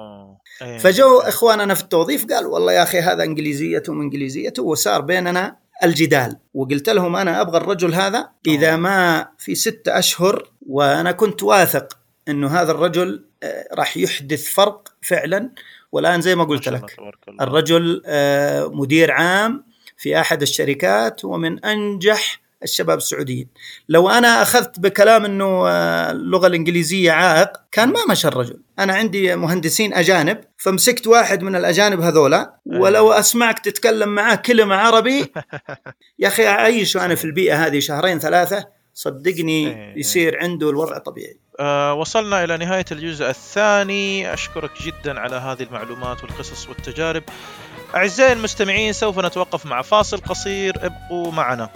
فجو إخواننا في التوظيف قال والله يا أخي هذا إنجليزيته من إنجليزيته، وصار بيننا الجدال. وقلت لهم أنا أبغى الرجل هذا إذا ما في ستة أشهر، وأنا كنت واثق أنه هذا الرجل راح يحدث فرق فعلا. والآن زي ما قلت لك الرجل مدير عام في أحد الشركات ومن أنجح الشباب السعوديين. لو أنا أخذت بكلام أنه اللغة الإنجليزية عائق كان ما مشى الرجل. أنا عندي مهندسين أجانب، فمسكت واحد من الأجانب هذولا، ولو أسمعك تتكلم معاه كلمة عربي يا أخي أعيش وأنا في البيئة هذه شهرين ثلاثة، صدقني يصير عنده الوضع طبيعي. أه وصلنا إلى نهاية الجزء الثاني. أشكرك جدا على هذه المعلومات والقصص والتجارب. أعزائي المستمعين سوف نتوقف مع فاصل قصير، ابقوا معنا.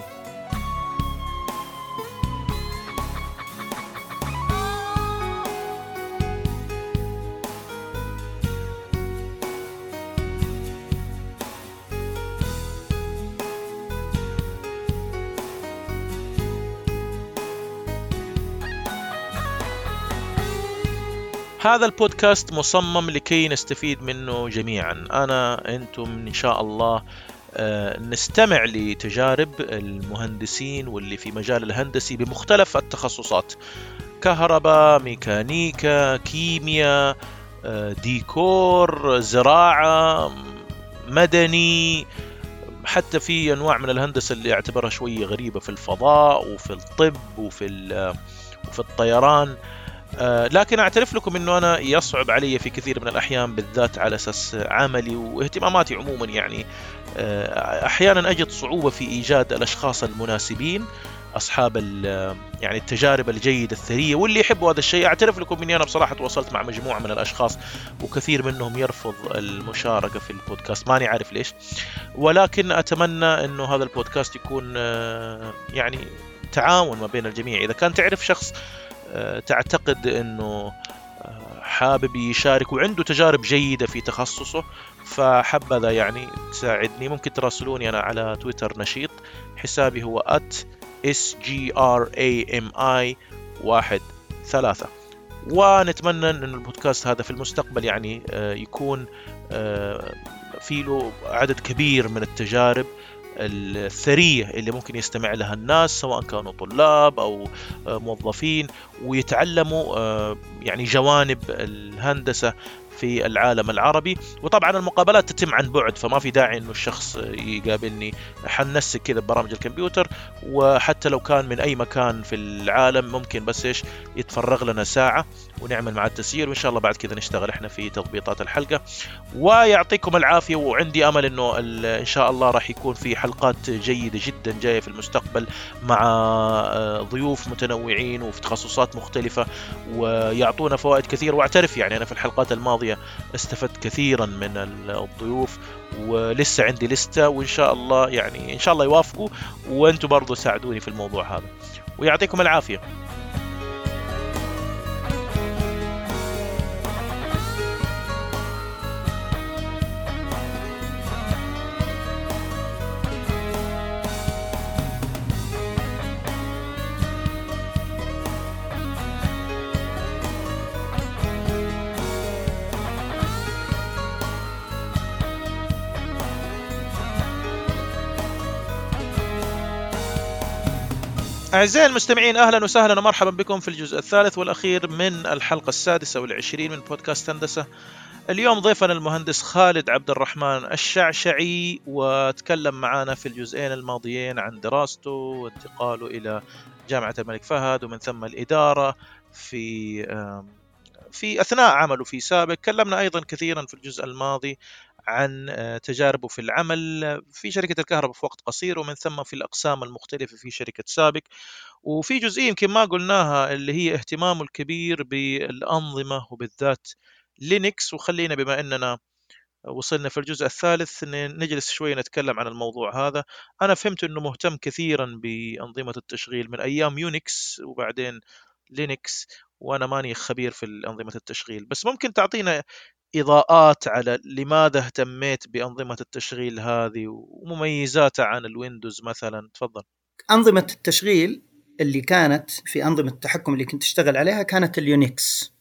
هذا البودكاست مصمم لكي نستفيد منه جميعا، أنا أنتم إن شاء الله نستمع لتجارب المهندسين واللي في مجال الهندسي بمختلف التخصصات، كهرباء، ميكانيكا، كيمياء، ديكور، زراعة، مدني، حتى في أنواع من الهندسة اللي أعتبرها شوية غريبة في الفضاء وفي الطب وفي وفي الطيران. آه لكن أعترف لكم أنه أنا يصعب علي في كثير من الأحيان، بالذات على أساس عملي واهتماماتي عموما، يعني آه أحيانا أجد صعوبة في إيجاد الأشخاص المناسبين، أصحاب يعني التجارب الجيدة الثرية واللي يحبوا هذا الشيء. أعترف لكم أني أنا بصراحة تواصلت مع مجموعة من الأشخاص وكثير منهم يرفض المشاركة في البودكاست، ماني عارف ليش، ولكن أتمنى أنه هذا البودكاست يكون آه يعني تعاون ما بين الجميع. إذا كان تعرف شخص تعتقد أنه حابب يشارك وعنده تجارب جيدة في تخصصه، فحبذا يعني تساعدني. ممكن تراسلوني أنا على تويتر نشيط، حسابي هو at اس جي ار اي ام اي واحد ثلاثة. ونتمنى أن البودكاست هذا في المستقبل يعني يكون فيه له عدد كبير من التجارب الثرية اللي ممكن يستمع لها الناس سواء كانوا طلاب أو موظفين، ويتعلموا يعني جوانب الهندسة في العالم العربي. وطبعا المقابلات تتم عن بعد، فما في داعي انه الشخص يقابلني حنسك كذا ببرامج الكمبيوتر، وحتى لو كان من اي مكان في العالم ممكن بس ايش يتفرغ لنا ساعة ونعمل مع التسجيل، وان شاء الله بعد كذا نشتغل احنا في تضبيطات الحلقة. ويعطيكم العافية، وعندي امل انه ان شاء الله راح يكون في حلقات جيدة جدا جاية في المستقبل مع ضيوف متنوعين وفي تخصصات مختلفة ويعطونا فوائد كثير. واعترف يعني انا في الحلقات الماضية استفدت كثيرا من الضيوف، ولسه عندي لستة، وإن شاء الله يعني إن شاء الله يوافقوا، وأنتم برضو ساعدوني في الموضوع هذا، ويعطيكم العافية. أعزائي المستمعين، أهلا وسهلا ومرحبا بكم في الجزء الثالث والأخير من الحلقة السادسة والعشرين من بودكاست هندسة. اليوم ضيفنا المهندس خالد عبد الرحمن الشعشعي، وتكلم معنا في الجزئين الماضيين عن دراسته وانتقاله إلى جامعة الملك فهد ومن ثم الإدارة في في أثناء عمله في سابق. كلمنا أيضا كثيرا في الجزء الماضي عن تجاربه في العمل في شركة الكهرباء في وقت قصير، ومن ثم في الأقسام المختلفة في شركة سابق. وفي جزئية يمكن ما قلناها اللي هي اهتمامه الكبير بالأنظمة وبالذات لينكس. وخلينا بما أننا وصلنا في الجزء الثالث نجلس شوي نتكلم عن الموضوع هذا. أنا فهمت أنه مهتم كثيرا بأنظمة التشغيل من أيام يونكس وبعدين لينكس، وأنا ماني خبير في أنظمة التشغيل، بس ممكن تعطينا إضاءات على لماذا اهتميت بأنظمة التشغيل هذه ومميزاتها عن الويندوز مثلا. تفضل. أنظمة التشغيل اللي كانت في أنظمة التحكم اللي كنت أشتغل عليها كانت اليونكس،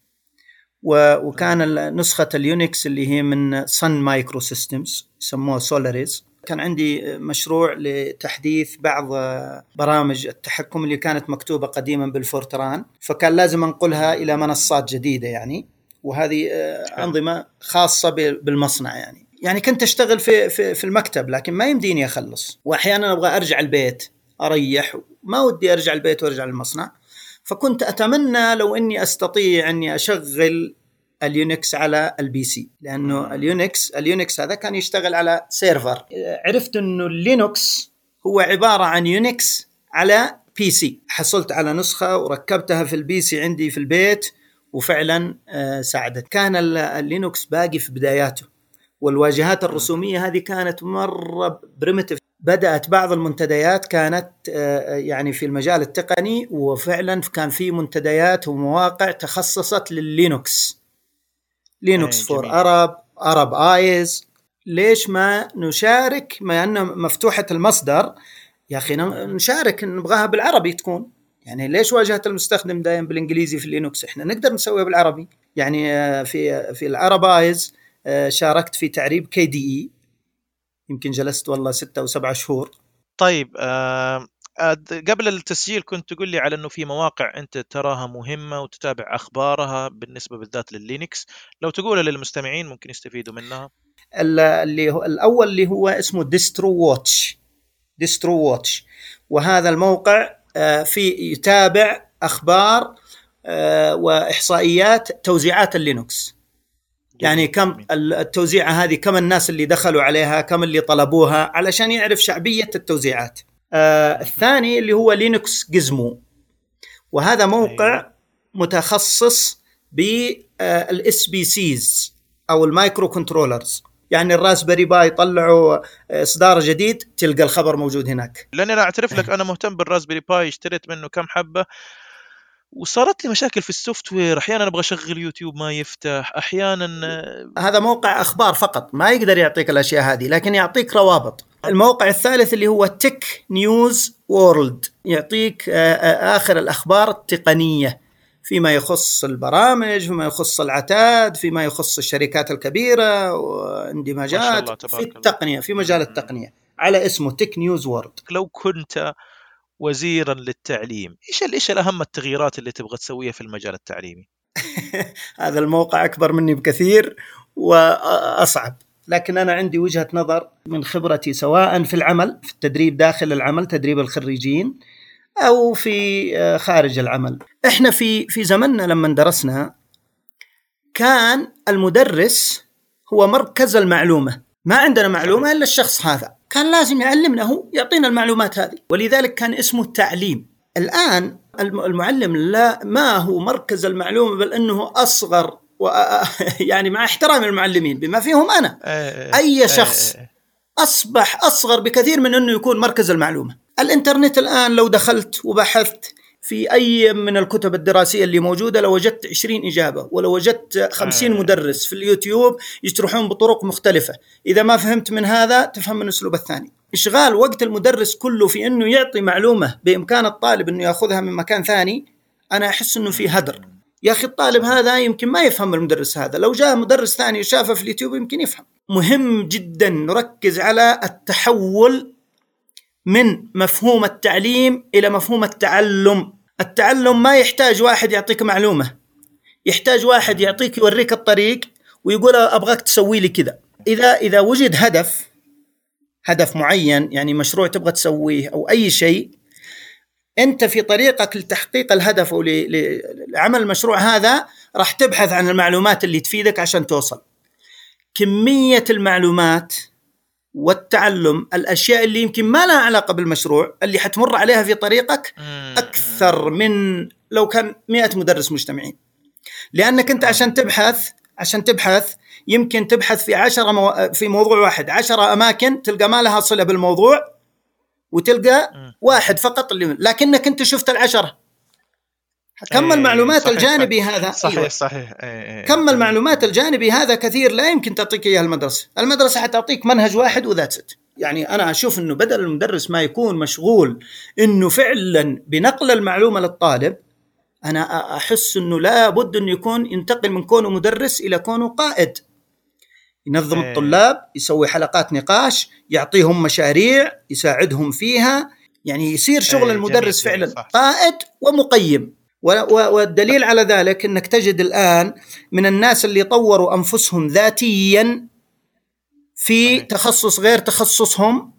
وكان نسخة اليونكس اللي هي من سن مايكرو سيستمز يسموها سولاريز. كان عندي مشروع لتحديث بعض برامج التحكم اللي كانت مكتوبة قديما بالفورتران، فكان لازم أنقلها إلى منصات جديدة يعني، وهذه أنظمة خاصة بالمصنع يعني. يعني كنت أشتغل في في في المكتب لكن ما يمديني أخلص، وأحيانا أبغى أرجع البيت أريح، ما ودي أرجع البيت وأرجع المصنع. فكنت أتمنى لو أني أستطيع أني أشغل اليونكس على البي سي، لأنه اليونكس اليونكس هذا كان يشتغل على سيرفر. عرفت أنه اللينوكس هو عبارة عن يونكس على بي سي. حصلت على نسخة وركبتها في البي سي عندي في البيت، وفعلا ساعدت. كان اللينوكس باقي في بداياته، والواجهات الرسومية هذه كانت مرة بريميتيف. بدأت بعض المنتديات كانت يعني في المجال التقني، وفعلا كان في منتديات ومواقع تخصصت لللينوكس، لينوكس فور أرب، أرب آيز. ليش ما نشارك؟ ما أنه مفتوحة المصدر يا أخي نشارك، نبغاها بالعربي تكون. يعني ليش واجهة المستخدم دائما بالإنجليزي في اللينوكس؟ إحنا نقدر نسويها بالعربي. يعني في في الأرب آيز شاركت في تعريب كي دي إي، يمكن جلست والله ستة أو سبعة شهور. طيب آه قبل التسجيل كنت تقول لي على أنه في مواقع أنت تراها مهمة وتتابع أخبارها بالنسبة بالذات لللينكس، لو تقولها للمستمعين ممكن يستفيدوا منها. اللي هو الأول اللي هو اسمه ديسترو واتش، ديسترو واتش، وهذا الموقع في يتابع أخبار وإحصائيات توزيعات اللينكس. يعني كم التوزيعة هذه، كم الناس اللي دخلوا عليها، كم اللي طلبوها، علشان يعرف شعبية التوزيعات. آه الثاني اللي هو لينكس جيزمو، وهذا موقع متخصص بالاس بي سيز أو المايكرو كنترولرز. يعني الراسبري باي طلعوا إصدار جديد تلقى الخبر موجود هناك. لأن أنا أعترف لك أنا مهتم بالراسبري باي، اشتريت منه كم حبة وصارت لي مشاكل في السوفت وير. أحيانا أبغى أشغل يوتيوب ما يفتح، أحيانا. هذا موقع أخبار فقط، ما يقدر يعطيك الأشياء هذه، لكن يعطيك روابط. الموقع الثالث اللي هو تك نيوز وورلد، يعطيك آخر الأخبار التقنية فيما يخص البرامج، فيما يخص العتاد، فيما يخص الشركات الكبيرة واندماجات في التقنية، في مجال التقنية. على اسمه تك نيوز وورد. لو كنت وزيرا للتعليم، إيش إيش الأهم التغييرات اللي تبغى تسويها في المجال التعليمي؟ هذا الموقع أكبر مني بكثير وأصعب، لكن أنا عندي وجهة نظر من خبرتي سواء في العمل، في التدريب داخل العمل، تدريب الخريجين، أو في خارج العمل. إحنا في في زمننا لما درسنا كان المدرس هو مركز المعلومة، ما عندنا معلومة إلا الشخص هذا، كان لازم يعلمنا، هو يعطينا المعلومات هذه، ولذلك كان اسمه التعليم. الآن المعلم لا، ما هو مركز المعلومة، بل أنه أصغر و... يعني مع احترام المعلمين بما فيهم أنا، أي شخص أصبح أصغر بكثير من أنه يكون مركز المعلومة. الإنترنت الآن لو دخلت وبحثت في أي من الكتب الدراسية اللي موجودة لو وجدت عشرين إجابة، ولو وجدت خمسين مدرس في اليوتيوب يشرحون بطرق مختلفة. إذا ما فهمت من هذا تفهم من الأسلوب الثاني. إشغال وقت المدرس كله في أنه يعطي معلومة بإمكان الطالب أنه يأخذها من مكان ثاني، أنا أحس أنه في هدر. يا أخي الطالب هذا يمكن ما يفهم المدرس هذا، لو جاء مدرس ثاني وشافه في اليوتيوب يمكن يفهم. مهم جدا نركز على التحول من مفهوم التعليم إلى مفهوم التعلم. التعلم ما يحتاج واحد يعطيك معلومة، يحتاج واحد يعطيك يوريك الطريق ويقول أبغاك تسوي لي كذا. إذا إذا وجد هدف هدف معين، يعني مشروع تبغى تسويه أو أي شيء، أنت في طريقك لتحقيق الهدف أو لعمل المشروع هذا راح تبحث عن المعلومات اللي تفيدك عشان توصل. كمية المعلومات والتعلم، الأشياء اللي يمكن ما لها علاقة بالمشروع اللي حتمر عليها في طريقك أكثر من لو كان مئة مدرس مجتمعين. لأنك أنت عشان تبحث عشان تبحث يمكن تبحث في عشرة مو... في موضوع واحد عشرة أماكن تلقى ما لها صلة بالموضوع، وتلقى واحد فقط اللي، لكنك أنت شفت العشرة. كم المعلومات صحيح الجانبي صحيح هذا صحيح أيوة. صحيح أي كم المعلومات الجانبي هذا كثير، لا يمكن تعطيك إياه المدرسة. المدرسة حتعطيك منهج واحد وذات. يعني أنا أشوف إنه بدل المدرس ما يكون مشغول إنه فعلا بنقل المعلومة للطالب، أنا أحس إنه لا بد إنه يكون ينتقل من كونه مدرس إلى كونه قائد، ينظم أي. الطلاب، يسوي حلقات نقاش، يعطيهم مشاريع يساعدهم فيها، يعني يصير شغل أي المدرس جميل فعلا جميل قائد ومقيم. والدليل على ذلك أنك تجد الآن من الناس اللي طوروا أنفسهم ذاتيا في صحيح. تخصص غير تخصصهم،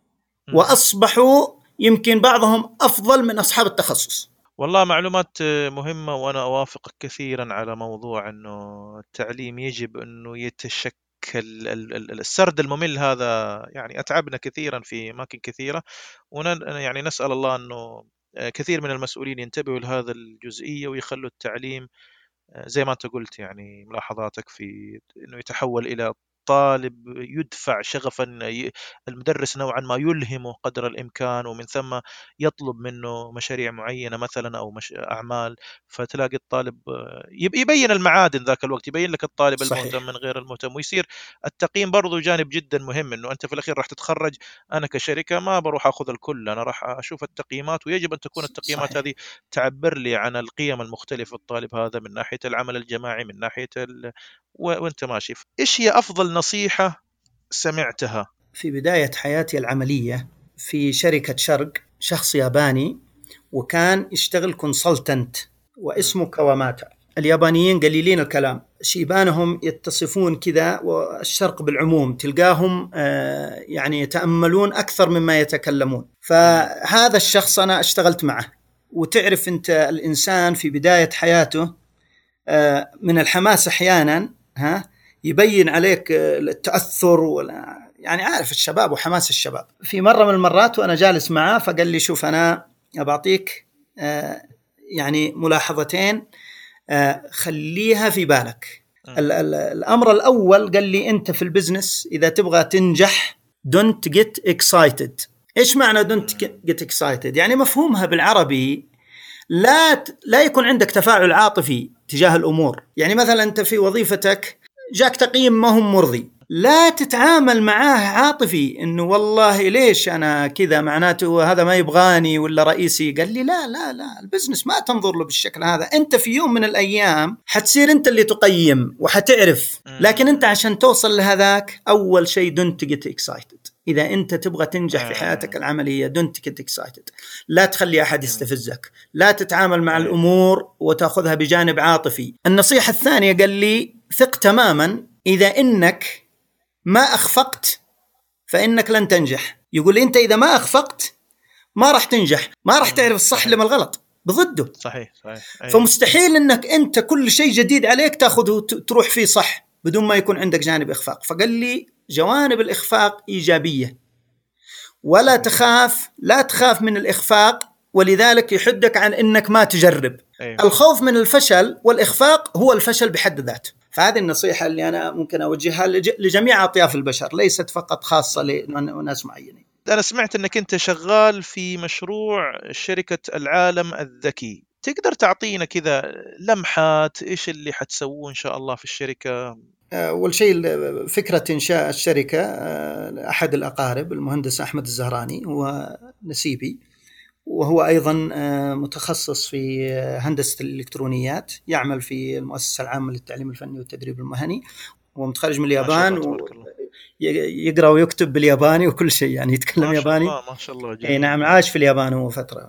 وأصبحوا يمكن بعضهم أفضل من أصحاب التخصص. والله معلومات مهمة، وأنا أوافقك كثيرا على موضوع أنه التعليم يجب أنه يتشكل السرد الممل هذا، يعني أتعبنا كثيرا في أماكن كثيرة، ويعني نسأل الله أنه كثير من المسؤولين ينتبهوا لهذا الجزئية ويخلوا التعليم زي ما أنت قلت، يعني ملاحظاتك في أنه يتحول إلى طالب يدفع شغفا، المدرس نوعا ما يلهمه قدر الإمكان، ومن ثم يطلب منه مشاريع معينة مثلا أو مش أعمال، فتلاقي الطالب يبين المعادن ذاك الوقت، يبين لك الطالب صحيح. المهتم من غير المهتم، ويصير التقييم برضو جانب جدا مهم، أنه أنت في الأخير راح تتخرج، أنا كشركة ما بروح أخذ الكل، أنا راح أشوف التقييمات، ويجب أن تكون التقييمات صحيح. هذه تعبر لي عن القيم المختلفة الطالب هذا من ناحية العمل الجماعي، من ناحية ال... وانت ماشي. إيش هي أفضل نصيحة سمعتها؟ في بداية حياتي العملية في شركة شرق، شخص ياباني وكان يشتغل كونسلتنت واسمه كواماتا. اليابانيين قليلين الكلام، شيبانهم يتصفون كذا، والشرق بالعموم تلقاهم يعني يتأملون أكثر مما يتكلمون. فهذا الشخص أنا اشتغلت معه، وتعرف أنت الإنسان في بداية حياته من الحماس أحيانا ها يبين عليك التأثر، ولا يعني عارف الشباب وحماس الشباب. في مرة من المرات وأنا جالس معه فقال لي شوف أنا أبعطيك يعني ملاحظتين خليها في بالك. الأمر الأول قال لي أنت في البزنس إذا تبغى تنجح don't get excited. إيش معنى don't get excited؟ يعني مفهومها بالعربي لا لا يكون عندك تفاعل عاطفي تجاه الأمور. يعني مثلا أنت في وظيفتك جاك تقييم ما هو مرضي، لا تتعامل معاه عاطفي إنه والله ليش أنا كذا معناته هذا ما يبغاني ولا رئيسي. قال لي لا لا لا البزنس ما تنظر له بالشكل هذا، أنت في يوم من الأيام حتصير أنت اللي تقيم وحتعرف، لكن أنت عشان توصل لهذاك أول شيء don't get excited. إذا أنت تبغى تنجح في حياتك العملية don't get excited. لا تخلي أحد يستفزك، لا تتعامل مع الأمور وتأخذها بجانب عاطفي. النصيحة الثانية قال لي ثق تماما إذا إنك ما أخفقت فإنك لن تنجح. يقول أنت إذا ما أخفقت ما راح تنجح، ما راح تعرف الصح لما الغلط بضده. صحيح صحيح. أيه. فمستحيل أنك أنت كل شيء جديد عليك تأخذه تروح فيه صح بدون ما يكون عندك جانب إخفاق. فقال لي جوانب الإخفاق إيجابية، ولا تخاف، لا تخاف من الإخفاق، ولذلك يحدك عن أنك ما تجرب. أيه. الخوف من الفشل والإخفاق هو الفشل بحد ذاته. فهذه النصيحة اللي أنا ممكن أوجهها لجميع أطياف البشر، ليست فقط خاصة لناس معينين. أنا سمعت أنك أنت شغال في مشروع شركة العالم الذكي، تقدر تعطينا كذا لمحات إيش اللي حتسووه إن شاء الله في الشركة؟ أول شيء فكرة إنشاء الشركة أحد الأقارب المهندس أحمد الزهراني، هو نسيبي، وهو أيضا متخصص في هندسة الإلكترونيات، يعمل في المؤسسة العامة للتعليم الفني والتدريب المهني، هو متخرج من اليابان ويقرأ ويكتب بالياباني وكل شيء، يعني يتكلم ما ياباني. الله ما شاء الله. أي نعم، عاش في اليابان هو فترة.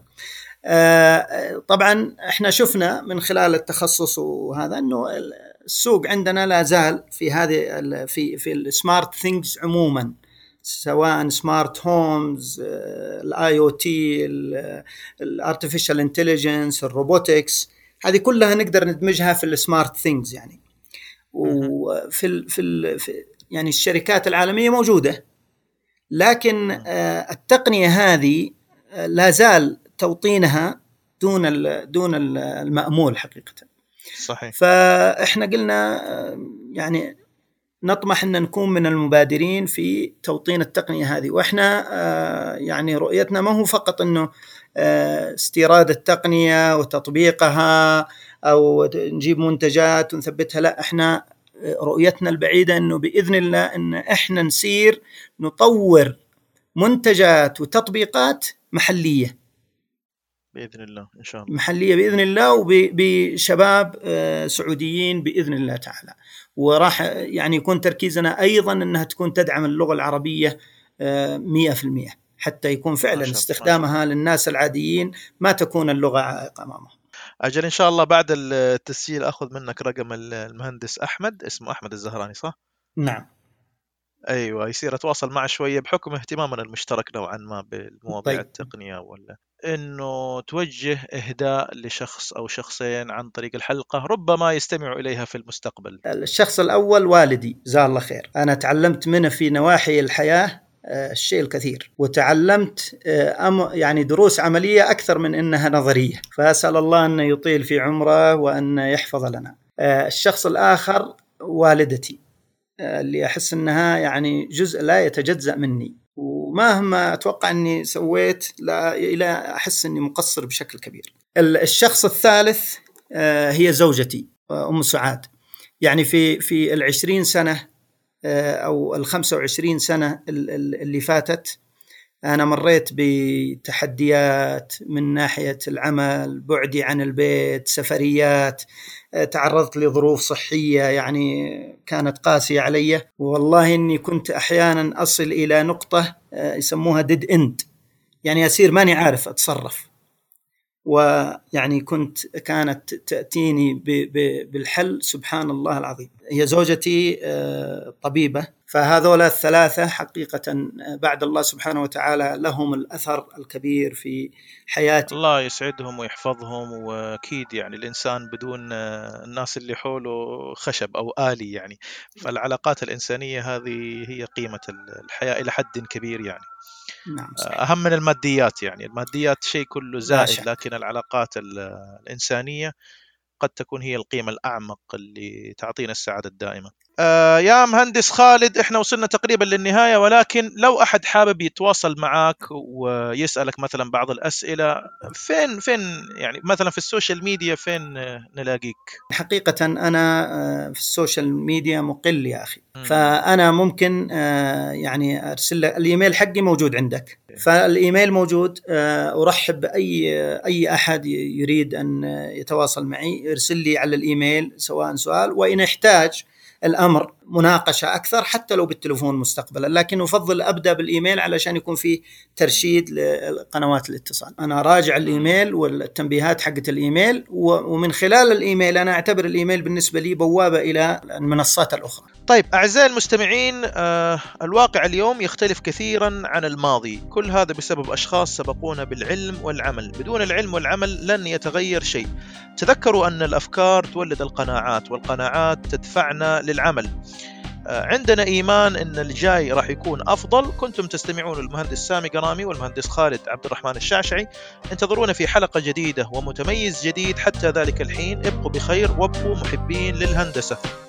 طبعا احنا شفنا من خلال التخصص وهذا انه السوق عندنا لا زال في هذه في في السمارت ثينجز عموما، سواء سمارت هومز، الاي او تي، الارتفيشال انتليجنس، الروبوتكس، هذه كلها نقدر ندمجها في السمارت ثينجز يعني. وفي ال في, ال في يعني الشركات العالمية موجودة، لكن التقنية هذه لا زال توطينها دون دون المأمول حقيقة. صحيح. فإحنا قلنا يعني نطمح أن نكون من المبادرين في توطين التقنية هذه، وإحنا يعني رؤيتنا ما هو فقط أنه استيراد التقنية وتطبيقها أو نجيب منتجات ونثبتها، لا، إحنا رؤيتنا البعيدة أنه بإذن الله أن إحنا نسير نطور منتجات وتطبيقات محلية بإذن الله إن شاء الله، محلية بإذن الله، وبشباب سعوديين بإذن الله تعالى. وراح يعني يكون تركيزنا أيضا أنها تكون تدعم اللغة العربية مئة في المئة حتى يكون فعلا استخدامها للناس العاديين ما تكون اللغة عائق أمامهم. أجل إن شاء الله بعد التسجيل أخذ منك رقم المهندس أحمد، اسمه أحمد الزهراني صح؟ نعم. أيوة، يصير أتواصل معه شوية بحكم اهتمامنا المشترك نوعا ما بالمواضيع طيب. التقنية، ولا إنه توجه إهداء لشخص أو شخصين عن طريق الحلقة ربما يستمعوا إليها في المستقبل. الشخص الأول والدي جزاه الله خير، أنا تعلمت منه في نواحي الحياة الشيء الكثير، وتعلمت يعني دروس عملية أكثر من إنها نظرية، فأسأل الله أن يطيل في عمره وأن يحفظ لنا. الشخص الآخر والدتي، اللي أحس أنها يعني جزء لا يتجزأ مني، ومهما أتوقع أني سويت لا إلى أحس أني مقصر بشكل كبير. الشخص الثالث هي زوجتي أم سعاد، يعني في في العشرين سنة أو الخمسة وعشرين سنة اللي فاتت أنا مريت بتحديات من ناحية العمل، بعدي عن البيت، سفريات، تعرضت لظروف صحية يعني كانت قاسية علي، والله إني كنت أحيانا أصل إلى نقطة يسموها ديد إند، يعني أصير ماني عارف أتصرف، ويعني كنت كانت تأتيني بالحل سبحان الله العظيم. هي زوجتي طبيبة، فهذول الثلاثة حقيقة بعد الله سبحانه وتعالى لهم الأثر الكبير في حياتي. الله يسعدهم ويحفظهم، وأكيد يعني الإنسان بدون الناس اللي حوله خشب أو آلي يعني، فالعلاقات الإنسانية هذه هي قيمة الحياة إلى حد كبير يعني. نعم صحيح. أهم من الماديات، يعني الماديات شيء كله زائد، لكن العلاقات الإنسانية قد تكون هي القيمة الأعمق اللي تعطينا السعادة الدائمة. آه يا مهندس خالد، احنا وصلنا تقريبا للنهاية، ولكن لو أحد حابب يتواصل معك ويسألك مثلا بعض الأسئلة، فين فين يعني مثلا في السوشيال ميديا فين نلاقيك؟ حقيقة أنا في السوشيال ميديا مقل يا أخي، م. فأنا ممكن يعني أرسل لك الإيميل حقي موجود عندك، فالإيميل موجود، أرحب بأي أي أحد يريد أن يتواصل معي يرسل لي على الإيميل سواء سؤال، وإن احتاج الأمر مناقشة أكثر حتى لو بالتليفون مستقبلا، لكن أفضل أبدأ بالإيميل علشان يكون فيه ترشيد لقنوات الاتصال. أنا راجع الإيميل والتنبيهات حقت الإيميل، ومن خلال الإيميل أنا أعتبر الإيميل بالنسبة لي بوابة إلى المنصات الأخرى. طيب أعزائي المستمعين، آه الواقع اليوم يختلف كثيرا عن الماضي، كل هذا بسبب أشخاص سبقونا بالعلم والعمل. بدون العلم والعمل لن يتغير شيء. تذكروا أن الأفكار تولد القناعات، والقناعات تدفعنا للعمل. آه عندنا إيمان أن الجاي راح يكون أفضل. كنتم تستمعون المهندس سامي قرامي والمهندس خالد عبد الرحمن الشعشعي. انتظرونا في حلقة جديدة ومتميز جديد. حتى ذلك الحين ابقوا بخير وابقوا محبين للهندسة.